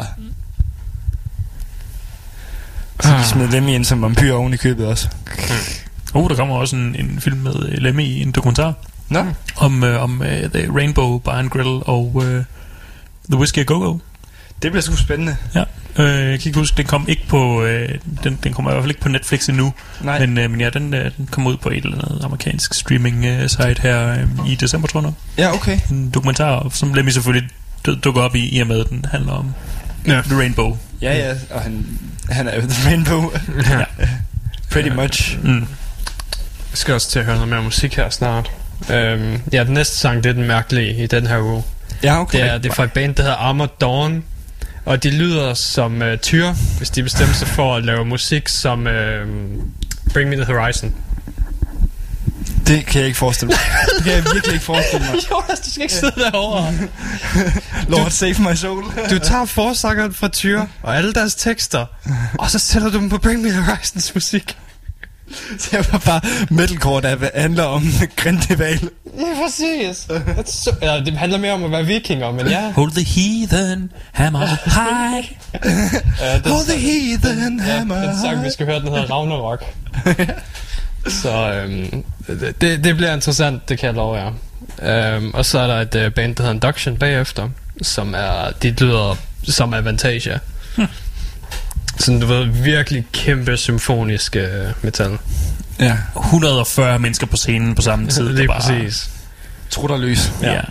Så de smed Lemmy ind som vampyr oven i købet også. Oh, der kommer også en, en film med uh, Lemmy i en dokumentar Nå? om, uh, om uh, The Rainbow Bar and Grill og uh, The Whiskey A Go-Go. Det bliver sgu spændende. Ja. Uh, jeg kan ikke huske, den kom ikke på uh, den, den kommer i hvert fald ikke på Netflix endnu. Nej. Men, uh, men ja, den, uh, den kom ud på et eller andet amerikansk streaming uh, site her uh, i december, tror jeg. Ja, okay. En dokumentar, som Lemmy selvfølgelig du- dukker op i, i og med, at den handler om Ja. The Rainbow. Ja, ja, og han, han er jo The Rainbow. Ja. Pretty much. Mm. Jeg skal også til at høre noget mere musik her snart. Øhm, ja, den næste sang, det er den mærkelige i den her uge. Ja, okay. Det er, det er fra et band, der hedder Armored Dawn. Og de lyder som uh, Tyr, hvis de bestemmer sig for at lave musik som uh, Bring Me The Horizon. Det kan jeg ikke forestille mig. Det kan jeg virkelig ikke forestille mig. Jonas, du skal ikke sidde derovre. Lord save my soul. Du tager forsangeren fra Tyr og alle deres tekster, og så sætter du dem på Bring Me The Horizons musik. Det var bare metalcore, der handler om Grindeval. Ja, præcis. So, ja, det handler mere om at være vikinger, men ja. Hold the heathen, hammer high. ja den, Hold the heathen ja, hammer. den sang, vi skal høre, den hedder Ragnarok. Så øhm, det, det bliver interessant, det kan jeg love jer. Øhm, og så er der et uh, band, der hedder Induction bagefter, som er, de lyder som Avantasia. Hmm. Sådan, du ved, virkelig kæmpe symfonisk uh, metal. Ja. hundrede og fyrre mennesker på scenen på samme tid. Det der er bare præcis. Trutter løs. Ja. ja.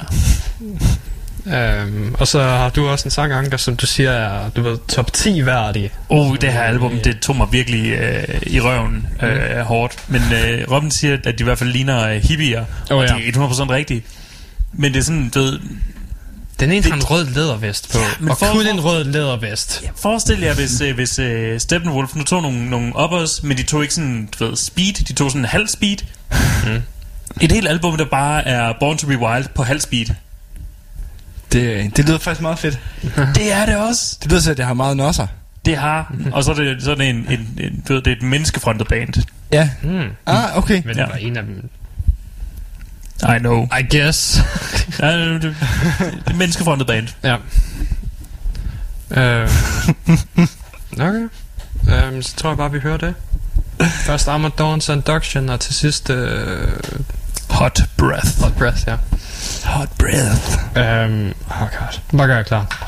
Øhm, og så har du også en sang, Anker, som du siger er, du ved, top ti værdig. Oh, det her album, det tog mig virkelig øh, i røven øh, mm. hårdt. Men øh, Robin siger, at de i hvert fald ligner øh, hippier, oh, og ja. Det er hundrede procent rigtigt. Men det er sådan, du ved... Den ene har en rød lædervest på, ja, og for, kun en rød lædervest. Ja, forestil jer, hvis, øh, hvis øh, Steppenwolf nu tog nogle, nogle uppers, men de tog ikke sådan, du ved, speed, de tog sådan en halv speed. Mm. Et helt album, der bare er Born to be Wild på halv speed. Det, det lyder faktisk meget fedt. Det er det også. Det lyder til, at det har meget nosser. Det har, og så er det, så er det en, en, en, du ved, det er et menneskefrontet band. Ja. Mm. Ah, okay. Men det var en af dem. I know. I guess. Ja, det, det, det er menneskefrontet band. Ja. øh. Okay. Um, så tror jeg bare, vi hører det. Først Armored Dawn's Induction, og til sidst uh, Hot Breath. Hot Breath, ja. Hot Breath. um, Oh god. Bare gør jeg klar.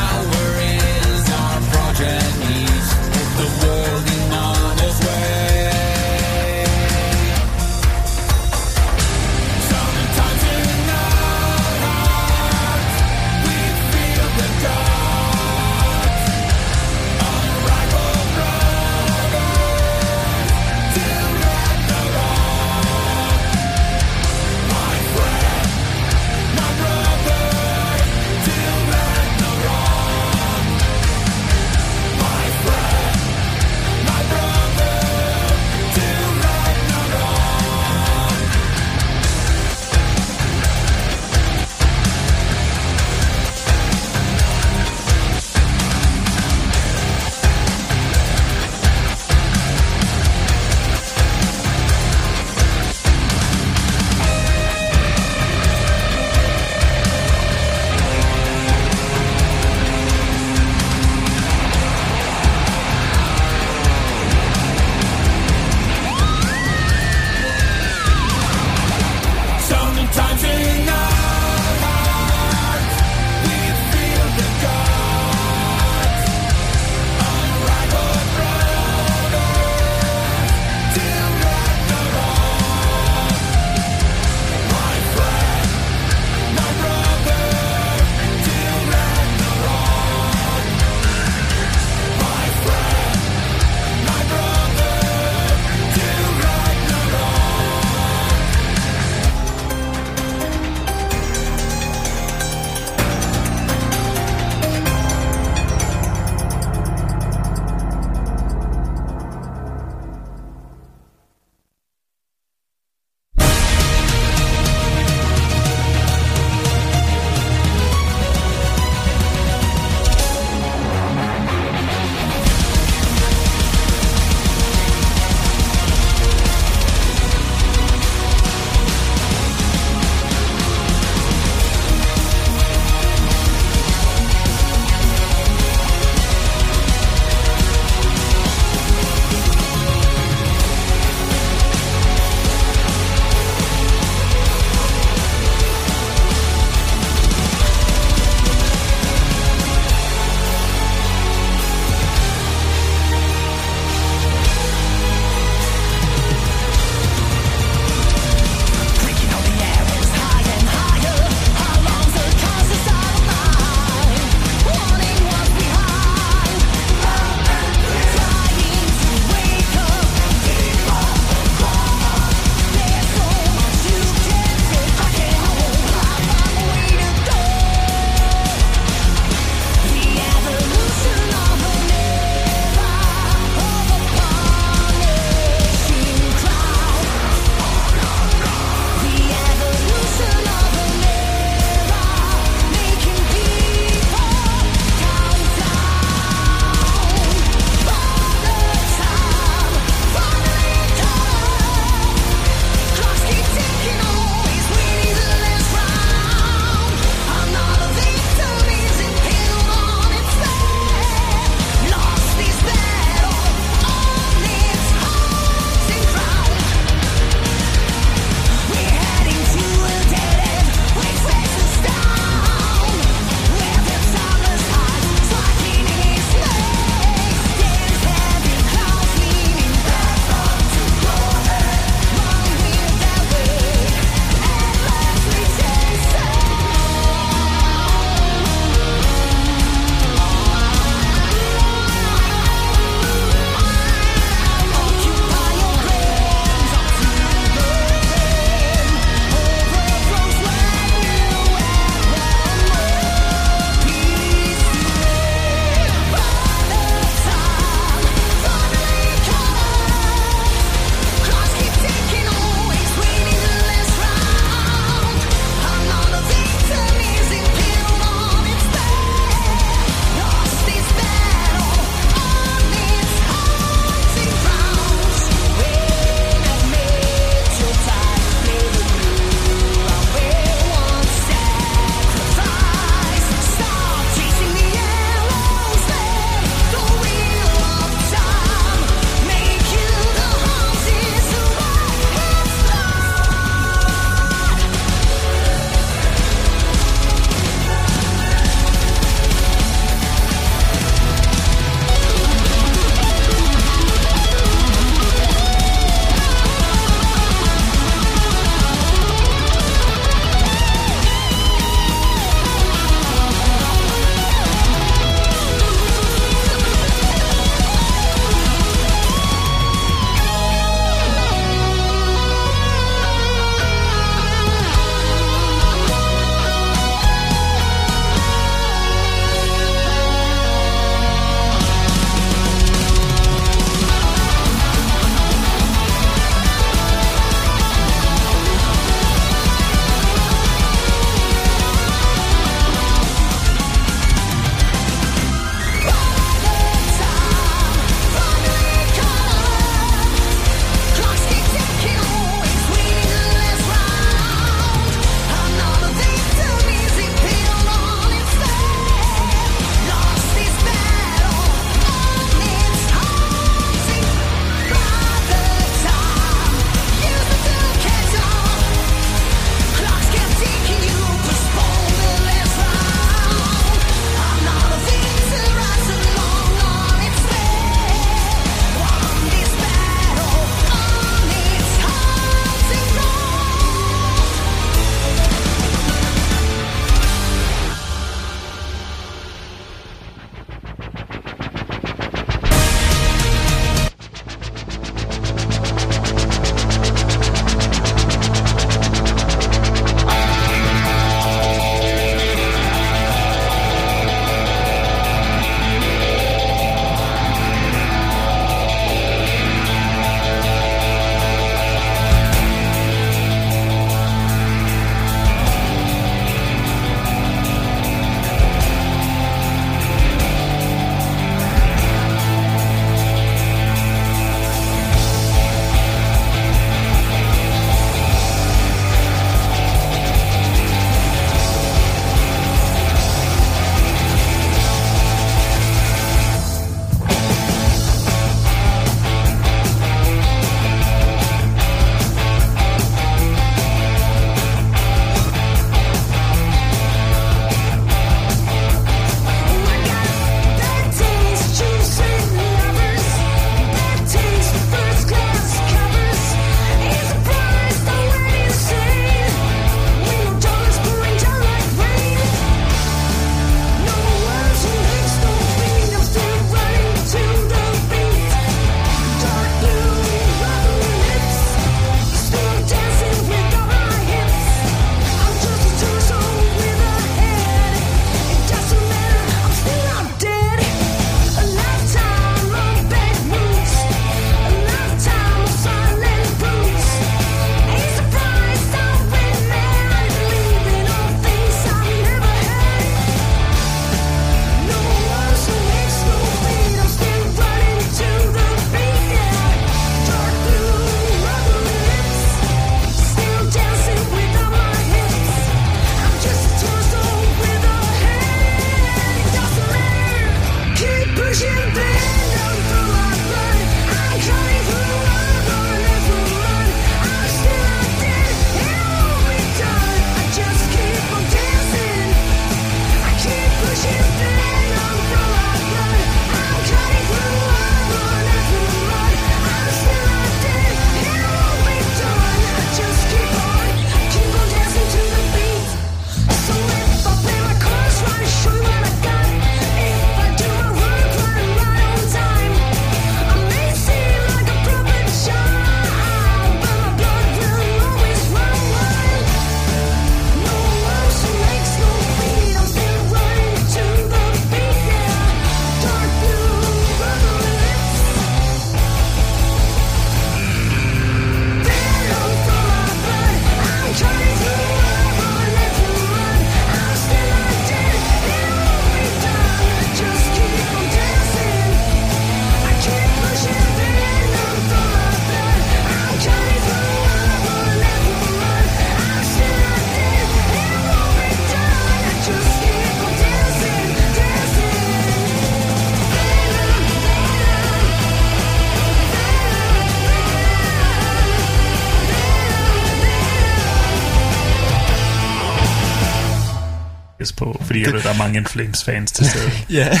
på, fordi jeg ved, der er mange Inflames fans til stede. Ja.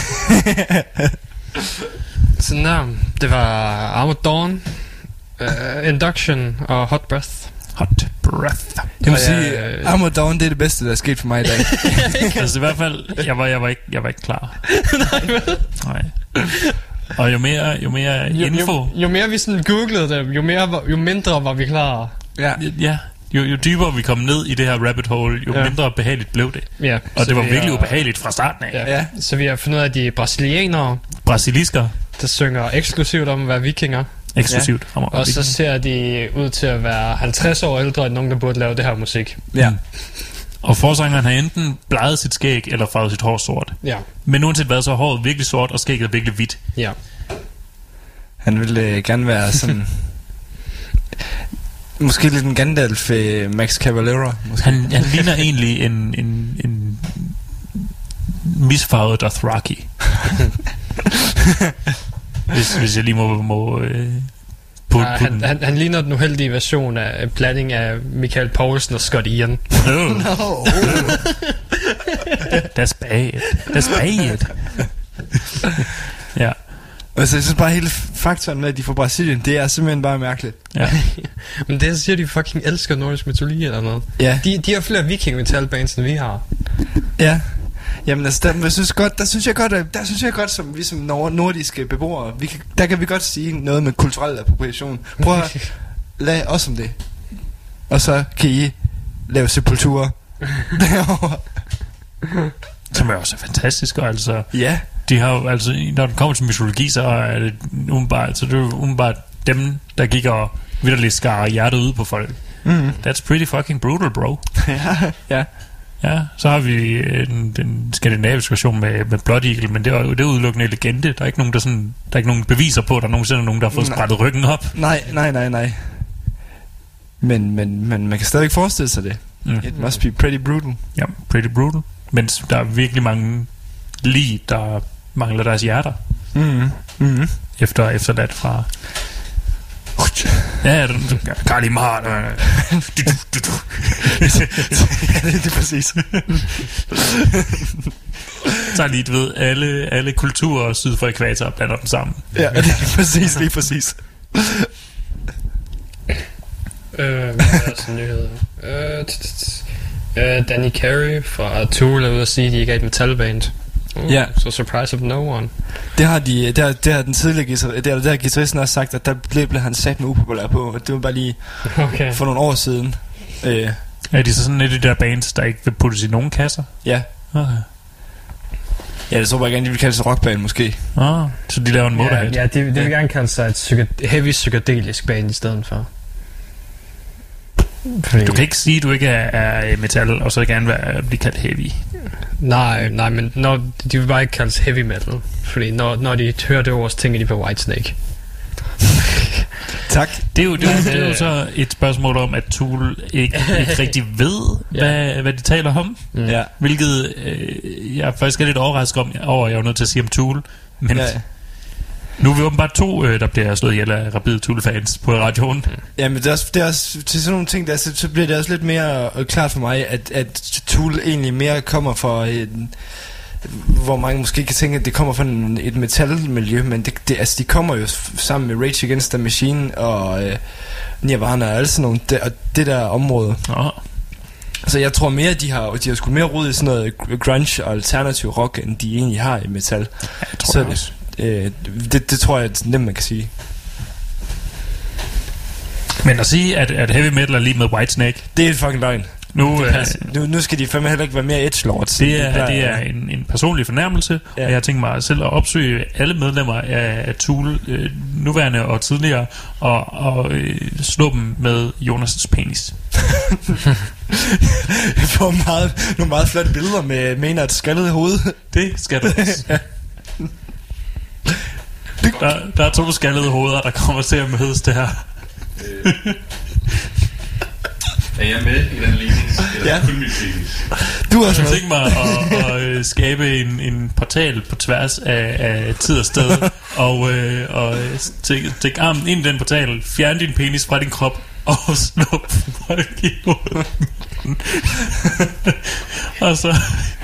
Så nå, det var Armored Dawn, uh, Induction og Hot Breath. Hot Breath. Jeg må Og sige, jeg- uh, Armored Dawn, det er det bedste, der er sket for mig i dag. Altså i hvert fald, jeg var, jeg var, ikke, jeg var ikke klar. Nej. Og jo mere, jo mere Jo, info, jo, jo mere vi sådan googlede det, jo, mere, var- jo mindre var vi klar. Ja. ja, jo, jo dybere vi kom ned i det her rabbit hole, jo Ja. mindre behageligt blev det. Ja, Og så det var vi virkelig har- ubehageligt fra starten af. Ja. Ja. ja. Så vi har fundet ud af, at de er brasilianere, Brasilisker, der synger eksklusivt om at være vikinger. eksklusivt. Ja. Og så ser de ud til at være halvtreds år ældre end nogen, der burde lave det her musik. Ja. Og forsangeren har enten bleget sit skæg eller farvet sit hår sort. Ja, Men uanset hvad, så er håret virkelig sort, og skægget er virkelig hvidt. ja. Han ville øh, gerne være sådan... måske lidt en Gandalf, øh, Max Cavalera. Måske. Han, han ligner egentlig en, en, en misfarvet Dothraki. hvis, hvis jeg lige må... må øh, putte, Nej, putte han, han, han ligner den uheldige version af en blanding af Michael Poulsen og Scott Ian. no. No. That's bad. That's bad. Ja. Altså, jeg synes bare, hele faktoren med, at de er fra Brasilien, det er simpelthen bare mærkeligt. Ja. Men det siger, de fucking elsker nordisk mytologi eller noget. Ja. De, de har flere viking metal bands, end vi har. Ja. Jamen altså, der, jeg synes godt, der synes jeg godt, at- der synes jeg godt, som vi som nord- nordiske beboere, vi kan, der kan vi godt sige noget med kulturel appropriation. Prøv at lade os om det. Og så kan I lave sepulturer derovre. Som er også fantastisk, og altså... Ja. De har jo, altså, når det kommer til mytologi, så er det umiddelbart, så det er jo umiddelbart dem, der gik og vitterligt skar hjertet ud på folk. Mm. That's pretty fucking brutal, bro. Ja. Ja. Ja, så har vi øh, den, den skandinaviske version med, med Blood Eagle, men det er jo det er udelukkende legende. Der er ikke nogen, der, sådan, der er ikke nogen beviser på, at der nogensinde er nogen, der har fået Nej. sprættet ryggen op. Nej, nej, nej, nej. Men, men, men man kan stadig forestille sig det. Mm. It must be pretty brutal. Ja, pretty brutal. Mens der er virkelig mange lige, der mangler deres hjerter Mm. Mm. efter efterladt fra... Ja, du, du, Kali Mahal. øh, du, du, du, du. Ja, det er præcis. Så lige, du ved, alle, alle kulturer syd for ekvator og blander dem sammen. Ja, det er præcis, lige præcis. Øh, hvad er der så nyheder? Øh, t- t- t- øh, Danny Carey fra Tool er ude at sige, at de ikke er et metalband. Uh, Ja. Så surprise of no one. Det har de, det har, det har den tidligere guitar, det har, det har guitaristen også sagt, at der blev, blev han sat med upopulær på, og det var bare lige Okay. for nogle år siden. Øh, Er de så sådan et af de der bands, der ikke vil puttes i nogen kasser? ja. Okay. Ja, det tror jeg gerne, de vil kalde sig rockband måske. Ah, så de laver en Ja, Motorhead. ja, de, de vil gerne kalde sig et psyko- heavy psykedelisk band i stedet for. Fordi, Du kan ikke sige, at du ikke er, er metal, og så gerne være, blive kaldt heavy. nej, nej, men når, de vil bare ikke kaldes heavy metal. Fordi når, når de hører det ord, så tænker de på Whitesnake. Tak. Det er, jo, det, er, jo- det er jo så et spørgsmål om, at Tool ikke, ikke rigtig ved, hvad, hvad de taler om. Mm. Ja. Hvilket øh, jeg faktisk er lidt overrasket om, over, at jeg var nødt til at sige om Tool. Men Ja. ja. nu er vi åbenbart to, øh, der bliver slået ihjel af rabide Tool-fans på radioen. Ja, men det er også, det er også til sådan nogle ting, der, så, så bliver det også lidt mere øh, klart for mig, at, at Tool egentlig mere kommer fra en, hvor mange måske kan tænke, at det kommer fra en, et metalmiljø, men det, det, altså, de kommer jo s- sammen med Rage Against the Machine og øh, Nirvana og alle sådan nogle, det, og det der område. Nå, Så jeg tror mere, de har, de har sgu mere rod i sådan noget grunge og alternativ rock, end de egentlig har i metal. jeg tror Så- jeg også. Øh, det, det tror jeg er nemt, man kan sige. Men at sige, at, at heavy metal er lige med Whitesnake, Det er fucking løgn. nu, øh, Nu, nu skal de fandme heller ikke være mere edgelords. det er, det er en, en personlig fornærmelse, Ja. ja. og jeg har tænkt mig selv at opsøge alle medlemmer af, af Tool, øh, nuværende og tidligere, og, og øh, slå dem med Jonas' penis. Jeg får meget, nogle meget flotte billeder med mener et skaldet hoved. Det skal du også. Der, der er to skaldede hoveder, der kommer til at mødes det her. Er jeg med i den ligning? Eller Ja. kun mit penis? Du er også Jeg med. tænker mig at, at, at skabe en, en portal på tværs af, af tid og sted, og, øh, og stikke stik armen ind i den portal, fjerne din penis fra din krop, og slå folk i hovedet. Og så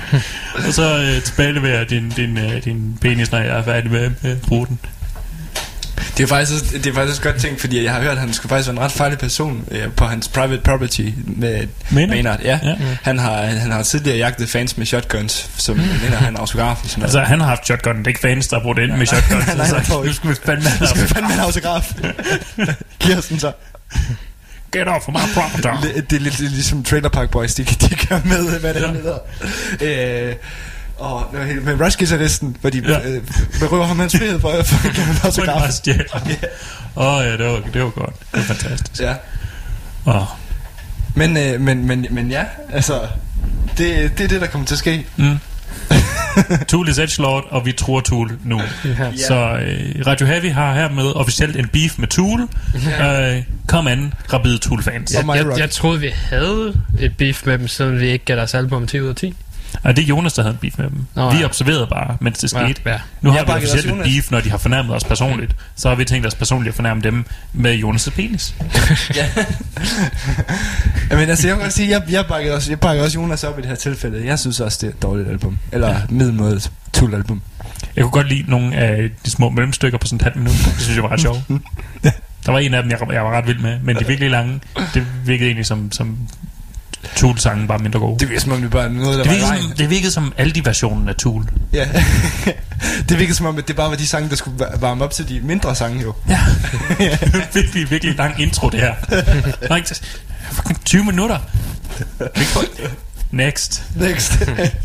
Og så øh, tilbageleverer din, din, øh, din penis, når jeg er færdig med at bruge den. Det er faktisk det er faktisk godt tænkt, fordi jeg har hørt, at han skulle faktisk være en ret farlig person øh, på hans private property med Maynard. Ja. Ja. Han har han har tidligere jagtet fans med shotguns, som mener han autograf. Sådan altså han har haft shotgun, det er ikke fans der har brugt ind med shotguns. Nej, nej, nej, så nu skal vi fandme nu skal vi fandme en autograf. Kirsten så. Get off of my property. Det, det er lidt ligesom Trailer Park Boys, de, de gør med, hvad det ja. hedder. Øh, Og med Rush-guitaristen, hvor de ja. øh, berøver ham hans frihed for at få en autograf. Åh ja, det var, det var godt. Det var fantastisk. Ja. Oh. Men, øh, men, men, men ja, altså, det, det er det, der kommer til at ske. Mm. Tool is edgelord, og vi tror Tool nu. Yeah. Så øh, Radio Heavy har hermed officielt en beef med Tool. Yeah. Øh, kom an, rabide Tool-fans. Jeg, jeg, jeg troede, vi havde et beef med dem, siden vi ikke gav deres album ti ud af ti. Og det er Jonas, der havde en beef med dem. Nå, vi ja. observerede bare, mens det skete. Ja, ja. Nu har vi officielt et beef, når de har fornærmet os personligt. Så har vi tænkt os personligt at fornærme dem med Jonas' penis. Ja. Men altså, jeg kan sige, jeg, jeg bakker også, jeg bakker også Jonas op i det her tilfælde. Jeg synes også, det er et dårligt album. Eller ja. middelmådet Tool-album. Jeg kunne godt lide nogle af de små mellemstykker på sådan et halvt minut. Det synes jeg var ret sjovt. Der var en af dem, jeg, jeg var ret vild med. Men de virkelig lange, det virkede egentlig som... som Tool-sangen bare mindre gode. Det virkede som om det bare noget, der det var virkede som, det virkede som alle de versioner af Tool. Ja. Det virkede som om at det bare var de sange, der skulle varme op til de mindre sange jo. Ja. Virkelig, virkelig lang intro det her. Fucking tyve minutter. Next. Next.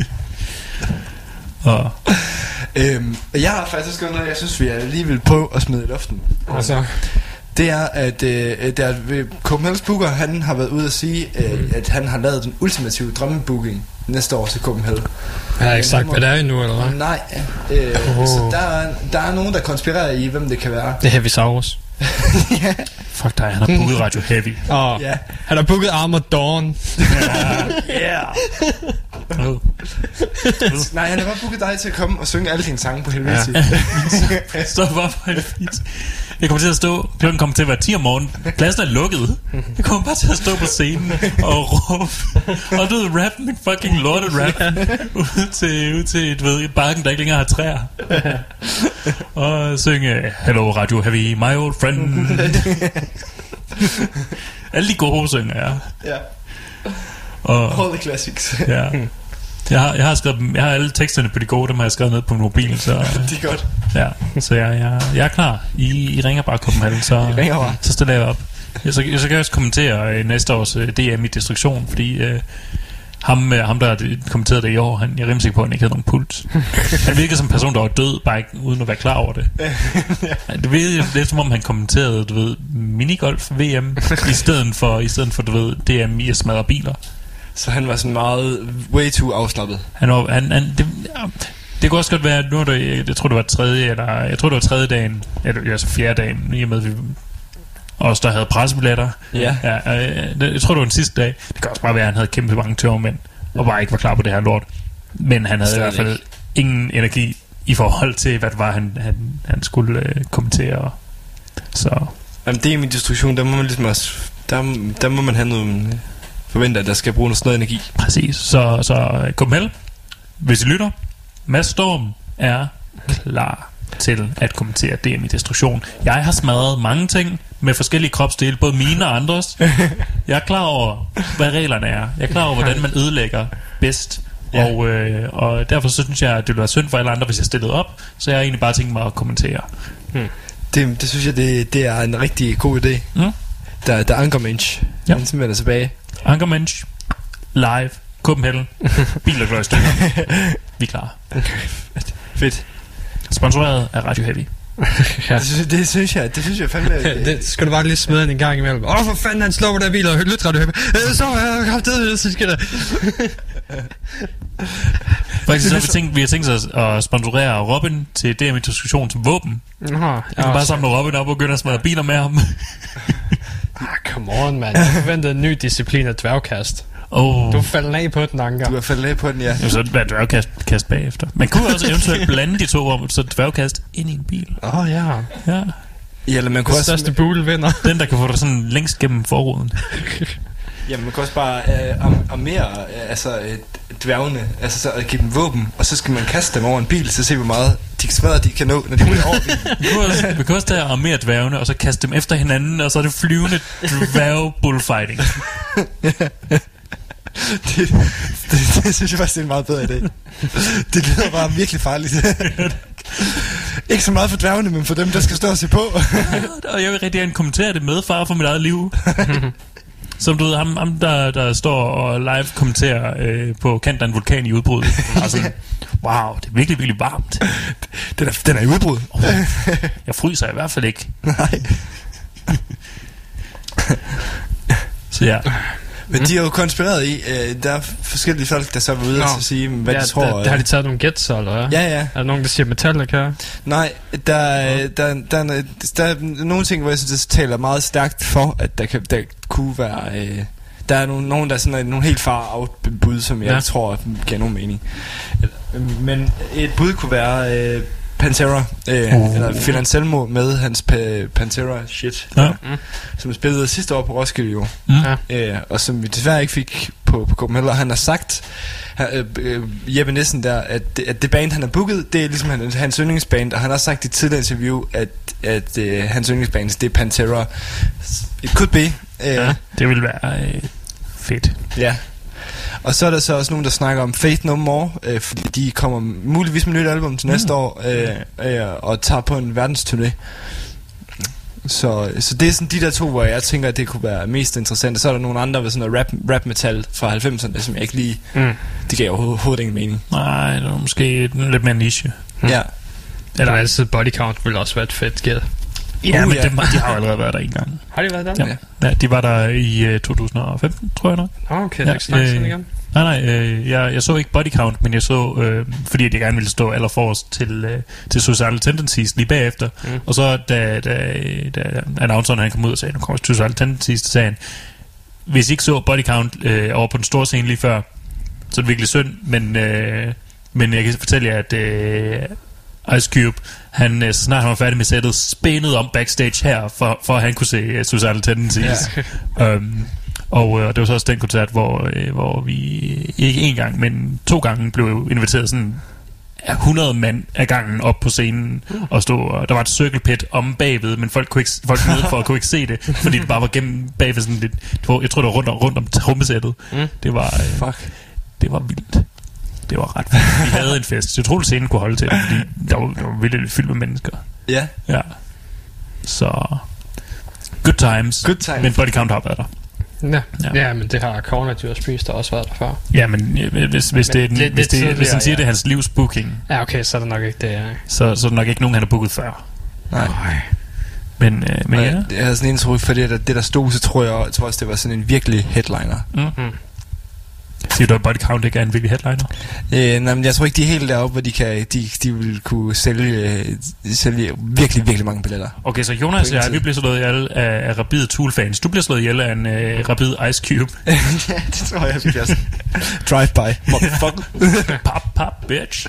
Og øhm, jeg har faktisk noget, jeg synes vi er lige vil prøve at smide i luften. Altså det er, at øh, der Copenhagen's Booker, han har været ude at sige, øh, mm. at han har lavet den ultimative drømmebooking næste år til Copenhagen. Jeg har ikke sagt, hvad det er endnu, eller hvad? Nej, øh, oh. så der er, der er nogen, der konspirerer i, hvem det kan være. Det er Heavy Saurus. Ja. Fuck dig, han har booket Radio Heavy. Oh, yeah. Han har booket Armored Dawn. Ja. Oh. Nej, han har bare booket dig til at komme og synge alle dine sange på helvede. Ja. Så hvorfor er det fint? Jeg kommer til at stå, klokken kommer til at være ti om morgenen, pladsen er lukket. Jeg kommer bare til at stå på scenen og råbe, og du ved, rap min fucking lortet rap ud til, ud til et, ved, bakken, der ikke længere har træer. Og synge, hello Radio Heavy, my old friend. Alle de gode synger, ja. Ja. Og, all the classics. Ja. Jeg har, jeg har skrevet dem, jeg har alle teksterne på de gode, dem har jeg skrevet ned på mobilen, så det er godt. Ja, så jeg, jeg, jeg er klar. I, I ringer bare Copenhagen, så så stiller jeg op. Jeg så, jeg så kan jeg også kommentere øh, næste års øh, D M i Destruktion, fordi øh, ham, øh, ham der kommenterede det i år, han, jeg er rimelig sikker på, at han ikke havde nogen puls. Han virkede som en person, der var død, bare ikke uden at være klar over det. Ja. Det virkede lidt som om han kommenterede, du ved, minigolf V M i stedet for i stedet for du ved D M i at smadre biler. Så han var sådan meget way too afslappet. Han var, han, han, det, ja, det kunne også godt være, at nu er det, jeg, jeg tror det var tredje, eller jeg tror det var tredje dagen, eller altså fjerde dagen, i og med at vi også der havde pressebilletter. Ja. Ja, jeg, jeg tror det var den sidste dag. Det kan også bare være, at han havde kæmpe mange tørmænd, og bare ikke var klar på det her lort. Men han havde i hvert fald ingen energi i forhold til, hvad det var, han, han, han skulle øh, kommentere. Så. Jamen det er min destruktion, der må man ligesom også, der, der må man have noget... forventer, at der skal bruge noget, noget energi. Præcis. Så, så Copenhagen, hvis I lytter, Mads Storm er klar til at kommentere D M i Destruktion. Jeg har smadret mange ting med forskellige kropsdele, både mine og andres. Jeg er klar over, hvad reglerne er. Jeg er klar over, hvordan man ødelægger bedst. Ja. Og, øh, og derfor så synes jeg, at det ville være synd for alle andre, hvis jeg stillede op. Så jeg har egentlig bare tænkt mig at kommentere. Hmm. Det, det synes jeg, det, det er en rigtig god idé. Mm. Der, der er Ankermensch. Ja. Han simpelthen er tilbage. Ankermensch, live, Copenhagen, biler går i stykker. Vi er klar. Okay. Fedt. Sponsoreret af Radio Heavy. Ja. det, synes, det synes jeg, det synes jeg fandme. Det, det skal du bare lige smide en gang imellem. Åh, oh, for fanden, han slår på der biler og lyt Radio Heavy. Så har jeg haft det, så skal der. Faktisk så har vi tænkt, vi har tænkt os at sponsorere Robin til D M i Diskussion som våben. Nå, jeg kan bare samle Robin op og begynde at smadre biler med ham. Ah, come on, man. Jeg forventede en ny disciplin af dværgkast. Oh. Du faldt af på den, Anker. Du har faldet af på den, ja. Jamen, så er dværgkast kast bagefter. Man kunne også eventuelt blande de to om, så dværgkast ind i en bil. Åh, oh, ja. Ja. Ja, eller man kunne også... største bule vinder. Den, der kan få dig sådan længst gennem forruden. Jamen man kan også bare øh, am- armere øh, altså, øh, dværgene, altså så at give dem våben, og så skal man kaste dem over en bil, så se hvor meget de kan smadre, de kan nå, når de ryger over bilen. Vi kan også, vi kan også tage armere dværgene, og så kaste dem efter hinanden, og så er det flyvende dværge bullfighting. det, det, det synes jeg faktisk er en meget bedre idé. Det lyder bare virkelig farligt. Ikke så meget for dværgene, men for dem, der skal stå og se på. Og jeg vil rigtig gerne kommentere det med far for mit eget liv. Som du ved, ham, ham der, der står og live kommenterer øh, på kanten af en vulkan i udbrud. Altså, wow, det er virkelig, virkelig varmt. Den er, den er i udbrud. Oh, jeg fryser i hvert fald ikke. Nej. Så ja. Men de er jo konspireret i, øh, der er forskellige folk, der så var ude Nå. til at sige, hvad Ja, de tror. der, der har de taget nogle gæt, så, eller hvad? Ja, ja. Er der nogen, der siger Metallica? Nej, der, der, der, der, der, der er nogle ting, hvor jeg synes, det taler meget stærkt for, at der, kan, der kunne være... Øh, der er nogle, nogen, der er sådan er nogle helt far out bud, som jeg Ja. tror giver nogen mening. Men et bud kunne være øh, Pantera, øh, Uh. eller Phil Anselmo med hans pa- Pantera shit, Ja. mm. som spillede sidste år på Roskilde jo. Mm. Ja. Øh, og som vi desværre ikke fik på, på Copenhagen. Han har sagt, han, øh, øh, Jeppe Nissen der, at det, at det band, han har booket, det er ligesom hans, hans yndlingsband, og han har sagt i et tidligere interview, at, at øh, hans yndlingsband, det er Pantera. It could be. Øh, Ja, det vil være øh, fedt. ja. Og så er der så også nogen, der snakker om Faith No More, øh, fordi de kommer muligvis med et nyt album til næste mm. år, øh, øh, og tager på en verdensturné. Så, så det er sådan de der to, hvor jeg tænker, at det kunne være mest interessant. Og så er der nogle andre, ved sådan noget rap, rap metal fra halvfemserne, som jeg ikke lige... Mm. Det gav overhovedet ingen mening. Nej, det er måske lidt mere niche. Mm. Ja. Eller altid Body Count ville også være et fedt gæt. Ja, Uh, men ja. Dem, de har jo allerede været der en gang. Har de været der? Ja, ja de var der i uh, to tusind og femten, tror jeg nok. Oh, okay, det Ja, er ikke snart sådan øh, igen. Nej, nej, øh, jeg, jeg så ikke Body Count, men jeg så, øh, fordi jeg gerne ville stå allerforrest til, øh, til Suicidal Tendencies lige bagefter. Mm. Og så da, da, da announceren han kom ud og sagde, nu kommer Suicidal Tendencies, så sagde han, hvis I ikke så Body Count øh, over på den store scene lige før, så er det virkelig synd, men, øh, men jeg kan fortælle jer, at øh, Ice Cube, han, øh, så snart han var færdig med sættet, spændede om backstage her, for, for at han kunne se uh, Suicidal Tendencies. Ja. um, Og øh, det var så også den koncert, hvor, øh, hvor vi ikke en gang, men to gange blev inviteret sådan hundrede mand af gangen op på scenen og stå, og der var et circle pit om bagved, men folk kunne ikke, folk nede for kunne ikke se det, fordi det bare var gennem bagved sådan lidt, det var, jeg tror det var rundt om, rundt om trommesættet. Mm. Det var, øh, Fuck. det var vildt. Det var ret vildt. Vi havde en fest. Jeg troede scenen kunne holde til det, fordi der var, der var vildt fyldt med mennesker. Ja. Ja. Så good times. Good times. Men Body Count har været der. Ja. Ja. Ja, men det har Corner Judas Priest der også været der før. Ja, men øh, hvis, hvis, Men det er den, lidt- hvis, lidt det, hvis han tidligere, siger, ja. det er hans livs booking, Ja, okay, så er det nok ikke det, ja. så, så er det nok ikke nogen, han har booket før. Nej. Men, øh, men Og ja. jeg, jeg havde sådan en indtryk, for det der, det der stod, så tror jeg, jeg tror også, det var sådan en virkelig headliner. Mm. Mm. Siger du, at Body Count ikke er en virkelig headliner? Øh, nej, men jeg tror ikke, de er helt deroppe, hvor de, kan, de, de vil kunne sælge, øh, sælge virkelig, virkelig mange billetter. Okay, så Jonas og På en jeg, tid. vi bliver slået ihjel af, af rabide Tool-fans. Du bliver slået ihjel af en øh, rabid Ice Cube. Ja, det tror jeg virkelig også. Drive-by. Motherfucker. Pop, pop, bitch.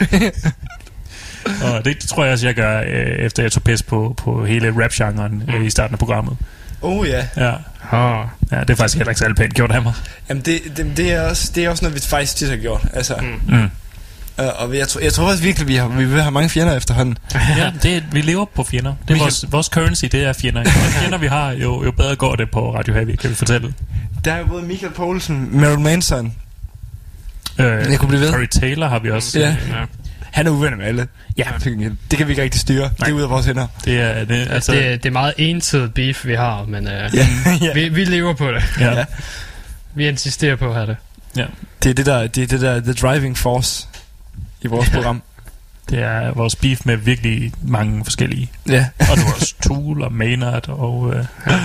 Og det, det tror jeg også, jeg gør, øh, efter jeg tog pis på, på hele rap-genren øh, i starten af programmet. Oh ja. Ja. Oh. Ja, det er faktisk heller ikke særlig pænt gjort af mig. Jamen, det, det, det, er også, det er også noget, vi faktisk tit har gjort. Altså, Mm. Mm. og, og jeg, tror, jeg tror også virkelig, vi, har, vi vil have mange fjender efterhånden. Ja, det, vi lever på fjender. Det er Vi vores, vores currency, det er fjender. Jo flere fjender vi har, jo, jo bedre går det på Radio Heavy, kan vi fortælle. Der er jo både Michael Poulsen, Marilyn Manson. Øh, Jeg kunne blive ved. Corey Taylor har vi også. Ja. Øh, Ja. Han er uvenner med alle. Ja. Det kan vi ikke rigtig styre. Nej. Det er ud af vores hænder. det er det, altså, Altså, det, det er meget ensidigt beef, vi har, men uh, Ja. ja. vi, vi lever på det. ja. Ja. Vi insisterer på at have det. Ja. Det er det der, det er det der, the driving force i vores Ja. program. Det er vores beef med virkelig mange forskellige. Ja. Og det var også Tool og Maynard og... Uh,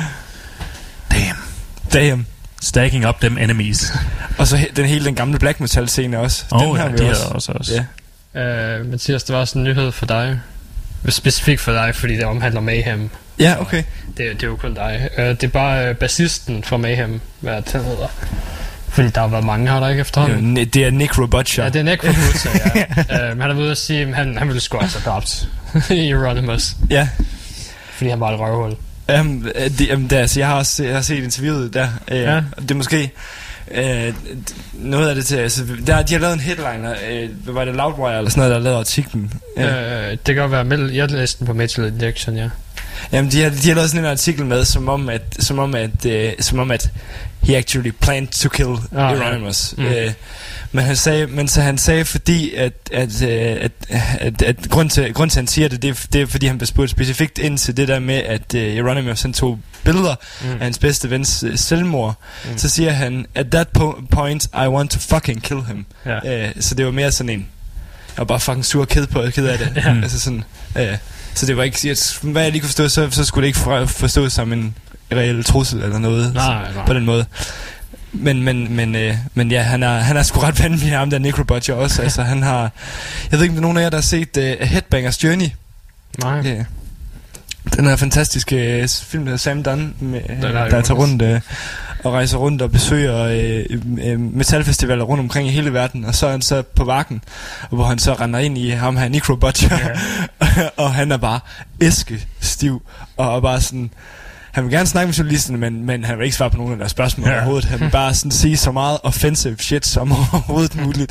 damn. Damn. Stacking up them enemies. Og så he- den hele den gamle black metal scene også. Åh Den oh, har ja, vi de også. er også. også. Ja. Uh, Mathias, det var også en nyhed for dig. Specifikt for dig, fordi det omhandler Mayhem. Ja, okay. Det, det er jo kun dig. Uh, det er bare uh, bassisten fra Mayhem, hvad den hedder. Fordi der har været mange her, der ikke efterhånden. Ja, det er Nick Robocha. Ja, det er Nick Robuta, ja. uh, han er ude at sige, at han, han ville sgu også have dræbt i Euronymous. Ja. Fordi han var et røvhul. Um, det, um, det, altså, jeg har også jeg har set interviewet der. Uh, ja. Det er måske uh, noget af det til. Altså, der, de har lavet en headliner. Uh, var det Loudwire eller sådan noget, der har lavet artiklen? Uh, uh, det kan godt være. Mel- jeg læste den på Metal Injection, ja. Jamen, de har, de har lavet sådan en artikel med, som om at, som om at, uh, som om at he actually planned to kill ah, Euronymous. Ja. Mm. Uh, men han sagde, men så han sagde, fordi at at at at, at grund til grund til han siger det, det er, det er fordi han blev spurgt specifikt ind til det der med at uh, Euronymous han tog billeder mm. af hans bedste vens uh, selvmord. Mm. Så siger han, at that po- point I want to fucking kill him. Ja. Uh, så det var mere sådan en, jeg var bare fucking sur og ked på ked af det. Ja. Altså sådan. Uh, så det var ikke, at, hvad jeg lige kunne forstå, så, så skulle det ikke forstås som en reel trussel eller noget. Nej, nej. På den måde. Men men men øh, men ja, han er han er sgu ret vanvittig ham der Necrobutcher også. Altså han har, jeg ved ikke om der er nogen af jer der har set uh, Headbangers Journey. Nej. Yeah. Den her fantastiske uh, film der Sam Dunn med, der, der, der tager rundt uh, og rejser rundt og besøger uh, uh, metalfestivaler rundt omkring i hele verden, og så er han så på Vakken, hvor han så render ind i ham her Necrobutcher, yeah. og han er bare æskestiv og er bare sådan. Han vil gerne snakke med journalisterne, men, men han vil ikke svare på nogen af deres spørgsmål ja. overhovedet. Han vil bare sådan sige så meget offensive shit som overhovedet muligt.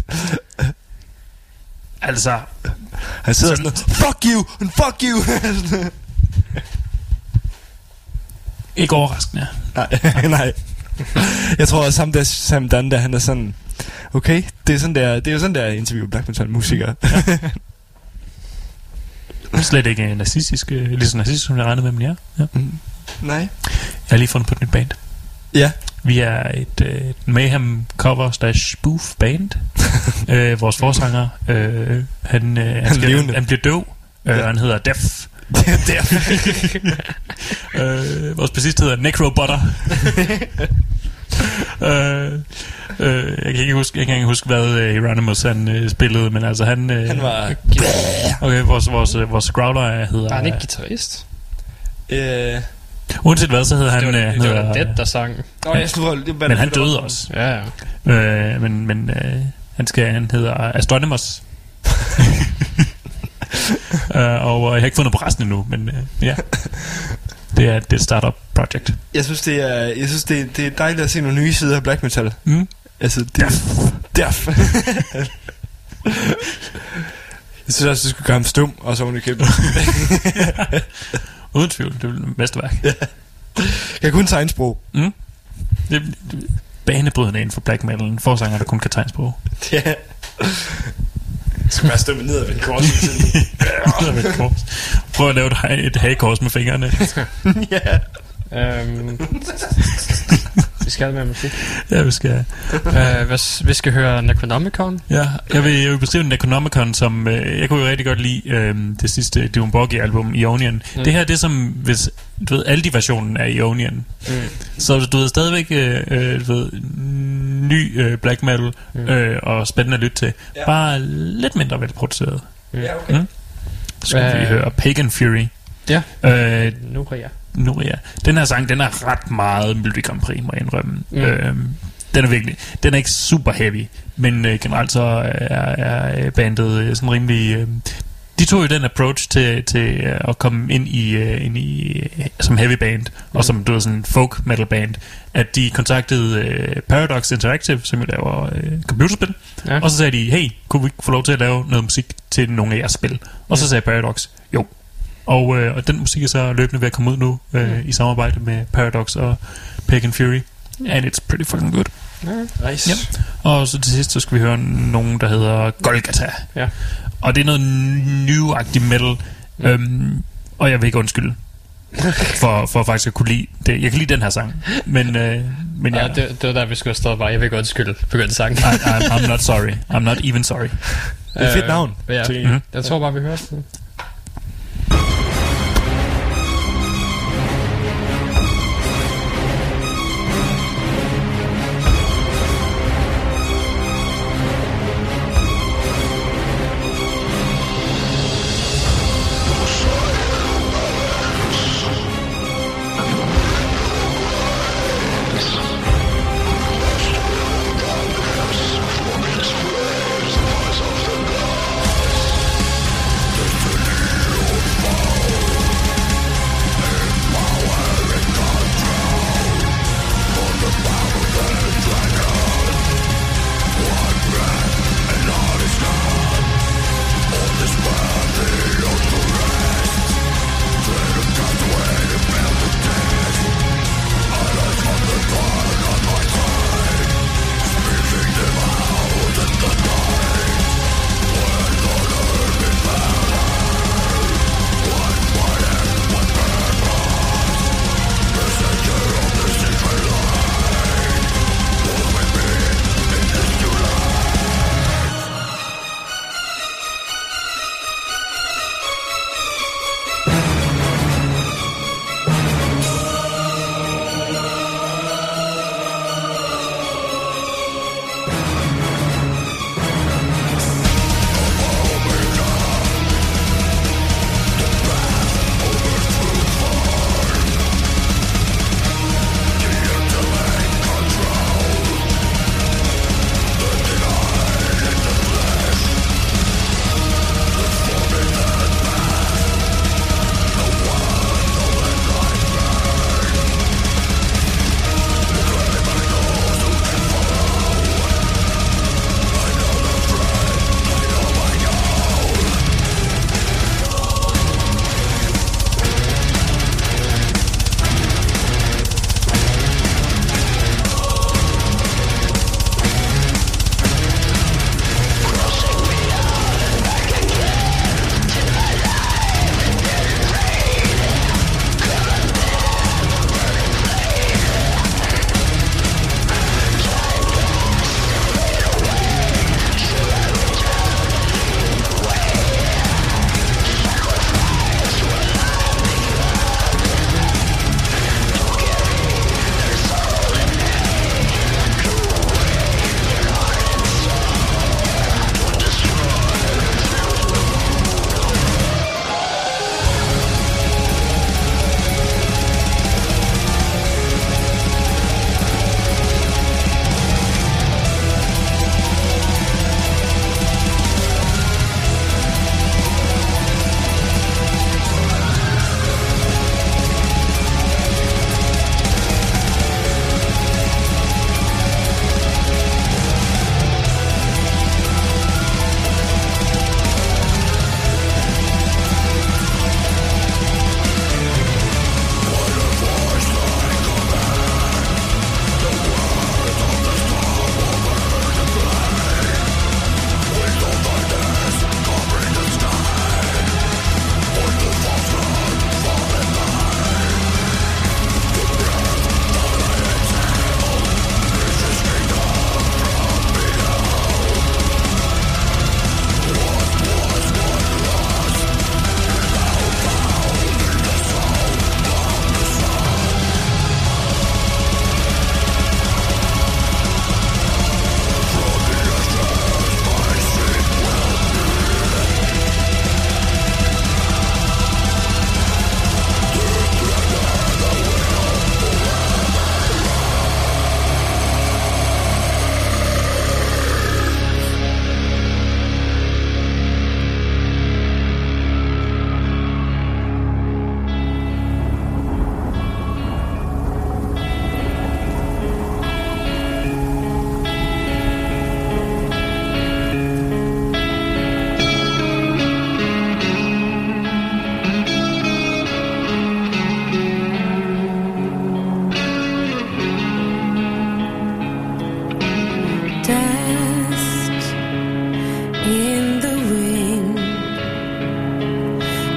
Altså, han sidder sådan, fuck you, and fuck you. Ikke overraskende. Nej, nej. Jeg tror også ham der Sam Dunn der, han er sådan, okay, det er sådan der, det er jo sådan der interview black metal musikere. Ja. Slet ikke nazistisk, lige så nazistisk som jeg regnede med, men ja. Ja. Mm. Nej. Jeg har lige fundet på et nyt band. Ja. Vi er et, et Mayhem cover slash spoof band. øh, vores forsanger, øh, han, øh, han, skal, han, han bliver døv. Øh, ja. Han hedder Def. Def. øh, vores bassist hedder Necrobutter. øh, øh, jeg kan ikke huske, jeg kan ikke huske hvad uh, Euronymous han uh, spillede, men altså han. Uh, han var. Okay, vores vores vores growler hedder. Var han ikke guitarist? Øh. Uanset hvad, så hedder han... Det var, øh, det var Dead, der sang. Nå, jeg slutter, det men han døde også. Ja, ja. Øh, men men øh, han, skal, han hedder Astronomos. øh, og jeg har ikke fundet på resten endnu, men øh, ja. Det er, det er et startup project. Jeg synes, det er, jeg synes det, det er dejligt at se nogle nye sider af black metal. Mm. Altså, det er... Derf. Jeg synes også, du skulle gøre ham stum, og så oven i købet. Uden tvivl, det er det bedste værk. Ja. Jeg kan kun tegnsprog. Mm. Det er banebrydende inden for black metal. En forsanger, der kun kan tegnsprog. Ja. Jeg skal bare stå med ned af en kors. Prøv at lave et, et hagekors med fingrene. Ja. Um, vi skal med musik. Ja, vi skal. uh, vi skal høre Necronomicon. Ja, jeg vil, jeg vil beskrive Necronomicon som uh, jeg kunne jo rigtig godt lide uh, det sidste Dimmu Borgir album Ionian. Mm. Det her det er som hvis du ved alle de versionen af Ionian. Mm. Så du ved stadigvæk uh, du ved ny uh, black metal mm. uh, og spændende at lytte til. Ja. Bare lidt mindre velproduceret. Mm. Ja, okay. Mm. Så skal uh, vi høre Pagan Fury. Ja. Uh, Nuria. Nuria. Den her sang, den er ret meget Melodi Grand Prix, må jeg indrømme. Mm. Øhm, den er virkelig, den er ikke super heavy, men øh, generelt så er, er bandet øh, sådan rimelig. Øh, de tog jo den approach til til øh, at komme ind i øh, ind i øh, som heavy band mm. og som du ved sådan folk metal band, at de kontaktede øh, Paradox Interactive, som jo laver øh, computerspil, ja. Og så sagde de, hey, kunne vi ikke få lov til at lave noget musik til nogle af jeres spil? Og så sagde Paradox, jo. Og, øh, og den musik er så løbende ved at komme ud nu øh, mm. i samarbejde med Paradox og Pagan Fury. And it's pretty fucking good. Yeah. Nice. Ja. Og så til sidst så skal vi høre nogen, der hedder Golgata. Ja. Og det er noget new-agtig metal. Mm. Øhm, og jeg vil ikke undskylde for, for faktisk at kunne lide det. Jeg kan lide den her sang. Men, øh, men ja, jeg, det, det var der vi skulle have stået bare. Jeg vil ikke undskylde begyndte sangen. I, I'm, I'm not sorry. I'm not even sorry. Det er et fedt navn. Ja. Mm-hmm. Jeg tror bare vi hørte det. The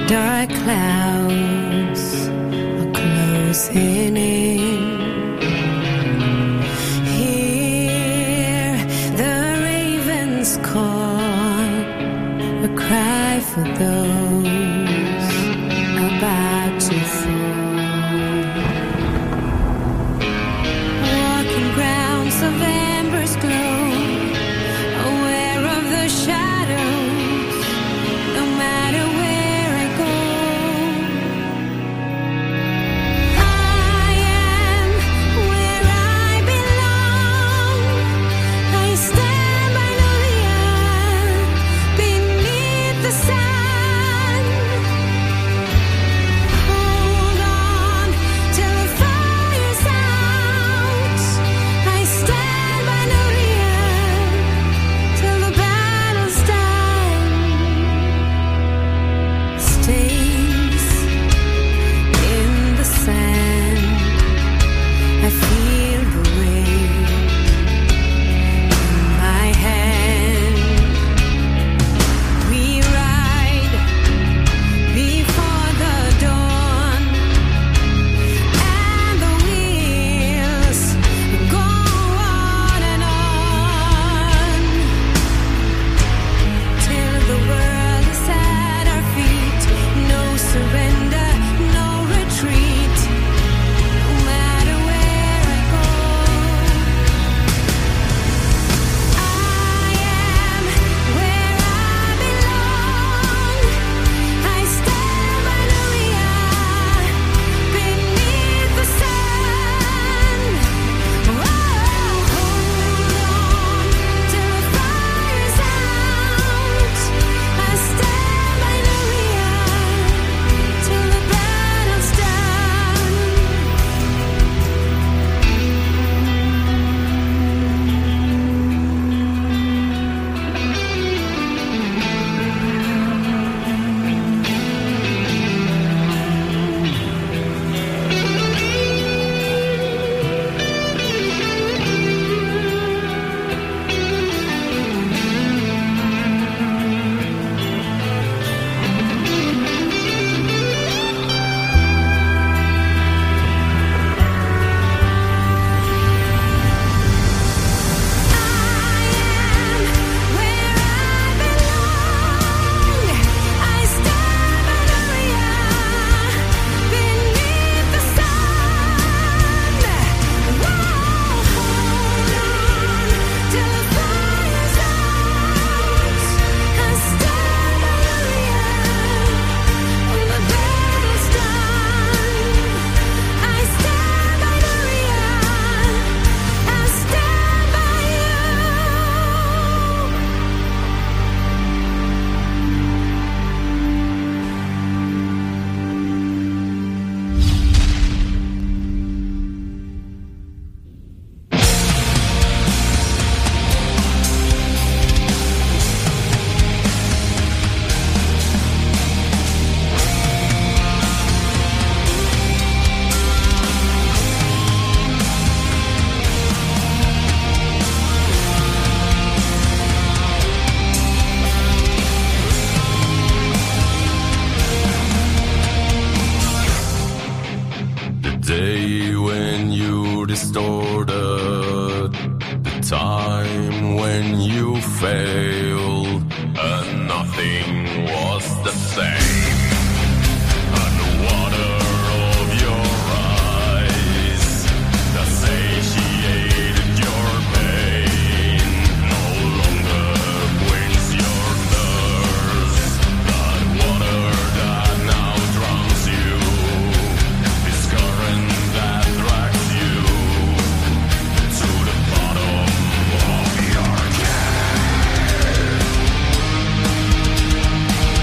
dark clouds are closing in. Hear the ravens call, a cry for those about to fall. Walking grounds of embers glow, aware of the shadows, no matter where I go. I am where I belong. I stand by Nuria, beneath the sun. Hold on till the fire's out. I stand by Nuria till the battle's done. Stains in the sand, I feel the weight in my hand. We ride before the dawn, and the wheels go on and on till the world is at our feet. No surrender, no retreat, no matter where I go. I am where I belong. I stand by Nuria, beneath the sun. Oh, hold on till the fire's out. I stand by Nuria till the battle's done. Day when you distorted, the time when you failed, and nothing was the same. And the water of your eyes that satiated your pain no longer quench your thirst. That water that now drowns you, this current that drags you to the bottom of your cave.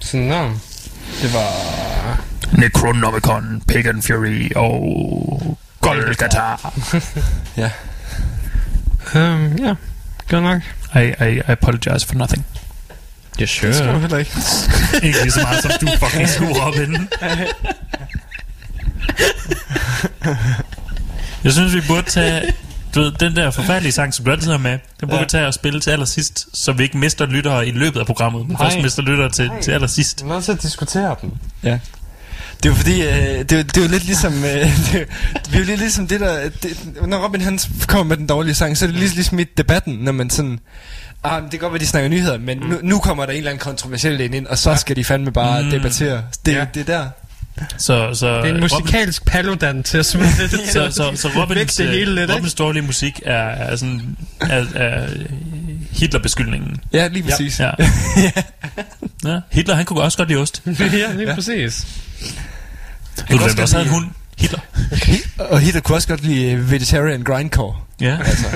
Så nå, det var... Necronomicon, Pagan Fury og Golgata. Ja. Um, ja, godt nok. I, I, I apologize for nothing. Yeah, sure. Det skal du heller ikke. Ikke lige så meget, som du fucking skruer op inden. Jeg synes, vi burde tage... Du ved, den der forfærdelige sang, som du altid har med, den burde Ja. vi tage og spille til allersidst, så vi ikke mister lyttere i løbet af programmet, men først mister lyttere til, til allersidst. Vi er nødt til at diskutere den. Ja. Det er jo fordi, øh, det, er, det er jo lidt ligesom, øh, det, det er jo lidt ligesom det der, det, når Robin han kommer med den dårlige sang, så er det ligesom, ligesom i debatten, når man sådan, ah, det kan godt være, de snakker nyheder, men mm. nu, nu kommer der en eller anden kontroversiel en ind, og så skal de fandme bare mm. debattere. Det, Ja. det er der. Så, så Det er en musikalsk paludan til at smide det. Så, så, så Robins, det hele lidt, Robins dårlige musik er, er sådan er, er Hitler-beskyldningen. Ja, lige præcis. Ja. Ja. Hitler, han kunne også godt lide ost. Ja, lige ja. præcis. Ved du, hvem der sad en hund? Hitler. Og Hitler kunne også godt lide vegetarian grindcore. Ja. Altså.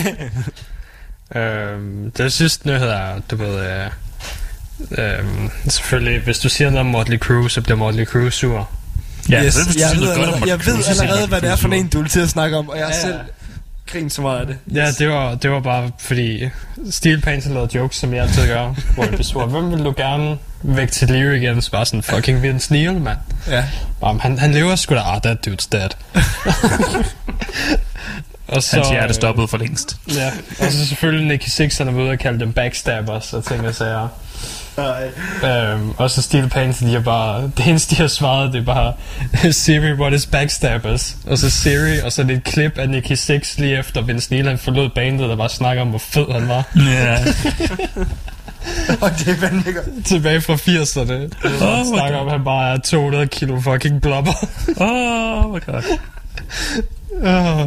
øhm, det sidste nyhed er, du ved... Øh, øhm, selvfølgelig, hvis du siger noget om Motley Crue, så bliver Motley Crue sur. Ja, Yes, så hvis du jeg siger ved, noget godt om allerede, jeg Motley ved Crue, så siger allerede, hvad det er for Motley en, du vil til at snakke om, og jeg har Ja, ja. selv grint så meget af det. Ja, det var, det var bare fordi Steel Pants har lavet jokes, som jeg altid gør, hvor jeg besvarer, hvem vil du gerne væk til live igen? Så bare sådan, fucking Vince Neil, mand. Ja. Bare, han, han lever sgu da, ah, that dude's dead. Og så, Hans hjerte stoppede for længst. Ja, og så selvfølgelig Nicky Six, han er ude og kalde dem backstabbers og ting og sager. Øhm, og så Steel Pants, de er bare, det eneste de har svaret, det er bare Siri, what is backstabbers? Og så Siri, og så er det et klip af Nicky Six lige efter Vince Neil han forlod bandet, der bare snakker om hvor fed han var. Ja. Og det er fandme godt. Tilbage fra firserne. Oh Han snakker om, at han bare er to hundrede kilo fucking blubber. Oh my god. uh.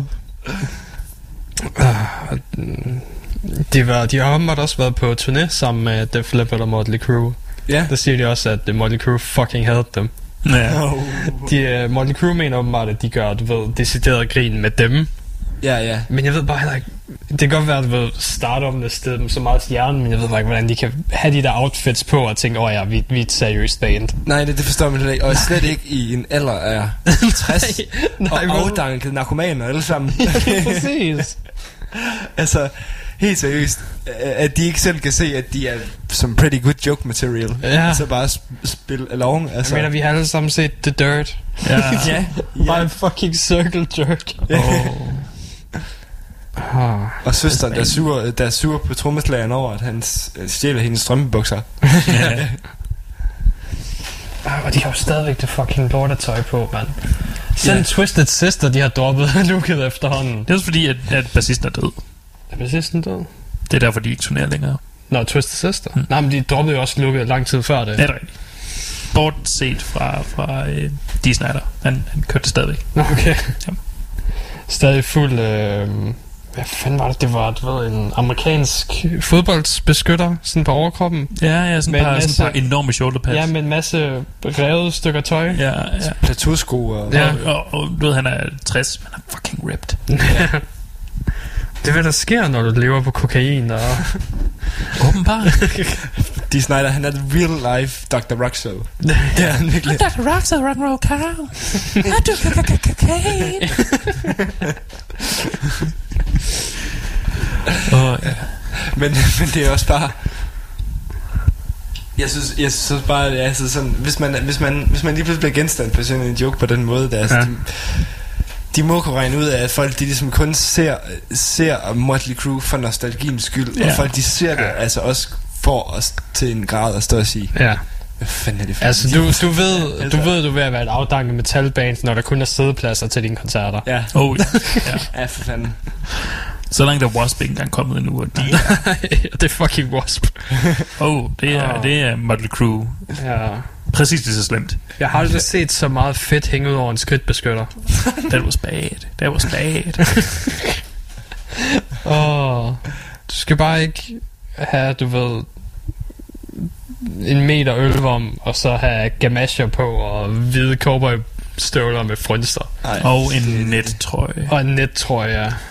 Uh, de, var, de har åbenbart også været på turné sammen med Def Leppard og Motley Crue. Ja. Der siger de også, at uh, Motley Crue fucking havde dem. Ja. Oh. De, uh, Motley Crue mener åbenbart, at de gør, du ved, decideret grin med dem. Ja, ja. Men jeg ved bare heller ikke, det kan godt være, at du ved, starte om det sted dem så meget i hjernen, men jeg ved bare ikke, hvordan de kan have de der outfits på og tænke, åh oh ja, vi, vi er et seriøst band. Nej, det, det forstår man heller ikke. Og slet ikke i en alder af tres Nej, og afdankede narkomaner alle sammen. Præcis. Altså, helt seriøst, at de ikke selv kan se, at de er som pretty good joke material. Ja. Altså bare sp- spille along. Altså. Jeg mener, vi har alle sammen set The Dirt. Ja. Ja, Bare ja. en fucking circle jerk. Oh. Ah. Og søsteren, der er sur, der er sur på trommeslageren over, at han s- stjæler hendes strømpebukser. Ja. Ah, og de har jo stadigvæk det fucking lortetøj på, mand. Selv Ja. Twisted Sister, de har droppet looket efterhånden. Det er også fordi, at, at bassisten er død. Er bassisten død? Det er derfor, de ikke turnerer længere. Nå, Twisted Sister. Mm. Nej, men de droppede jo også looket lang tid før det. Det er det rigtigt. Bortset fra, fra øh, Dee Snider. Han, han kørte stadigvæk. Nå, okay. Ja. Stadig fuld... Øh, hvad fanden var det? Det var, du ved, en amerikansk fodboldsbeskytter, sådan på overkroppen. Ja, ja, sådan Med et par, en masse- sådan et par enorme shoulderpads. Ja, med en masse revet stykker tøj. Ja, ja. Plateausko og... Ja. Og, og, og du ved, han er tres, men han er fucking ripped. Det er hvad der sker, når du lever på kokain og... Åbenbart. Dee Snider, han er the real life doktor Rockso. Det er han virkelig. doktor Rock's a rock'n'roll cow. I do cocaine. Åh, ja. Men, men det er også bare... Jeg synes, jeg synes bare, at altså sådan, hvis, man, hvis, man, hvis man lige pludselig bliver genstand for sådan en joke på den måde, der, altså, Ja. de, de må kunne regne ud af, at folk de ligesom kun ser, ser Motley Crue for nostalgiens skyld, Ja. og folk de ser det altså også for os til en grad at stå og sige, Ja. hvad fanden er det for Altså, en du, idiot? du ved, Altså. du ved, du er ved at være et afdanket metalband, når der kun er sædepladser til dine koncerter. Ja, Oh, ja. ja, for fanden. Så langt er Wasp ikke engang kommet endnu. Og de, Det er fucking Wasp. oh, det er, Åh. det er Motley Crue. Ja. Præcis lige så slemt. Jeg har aldrig set så meget fedt hænge ud over en skridtbeskytter. That was bad. That was bad. Åh, du skal bare ikke have, du ved, en meter ølvom, og så have gamasher på, og hvide cowboystøvler med frynster. Ej, Og en nettrøje. Og en nettrøje, ja.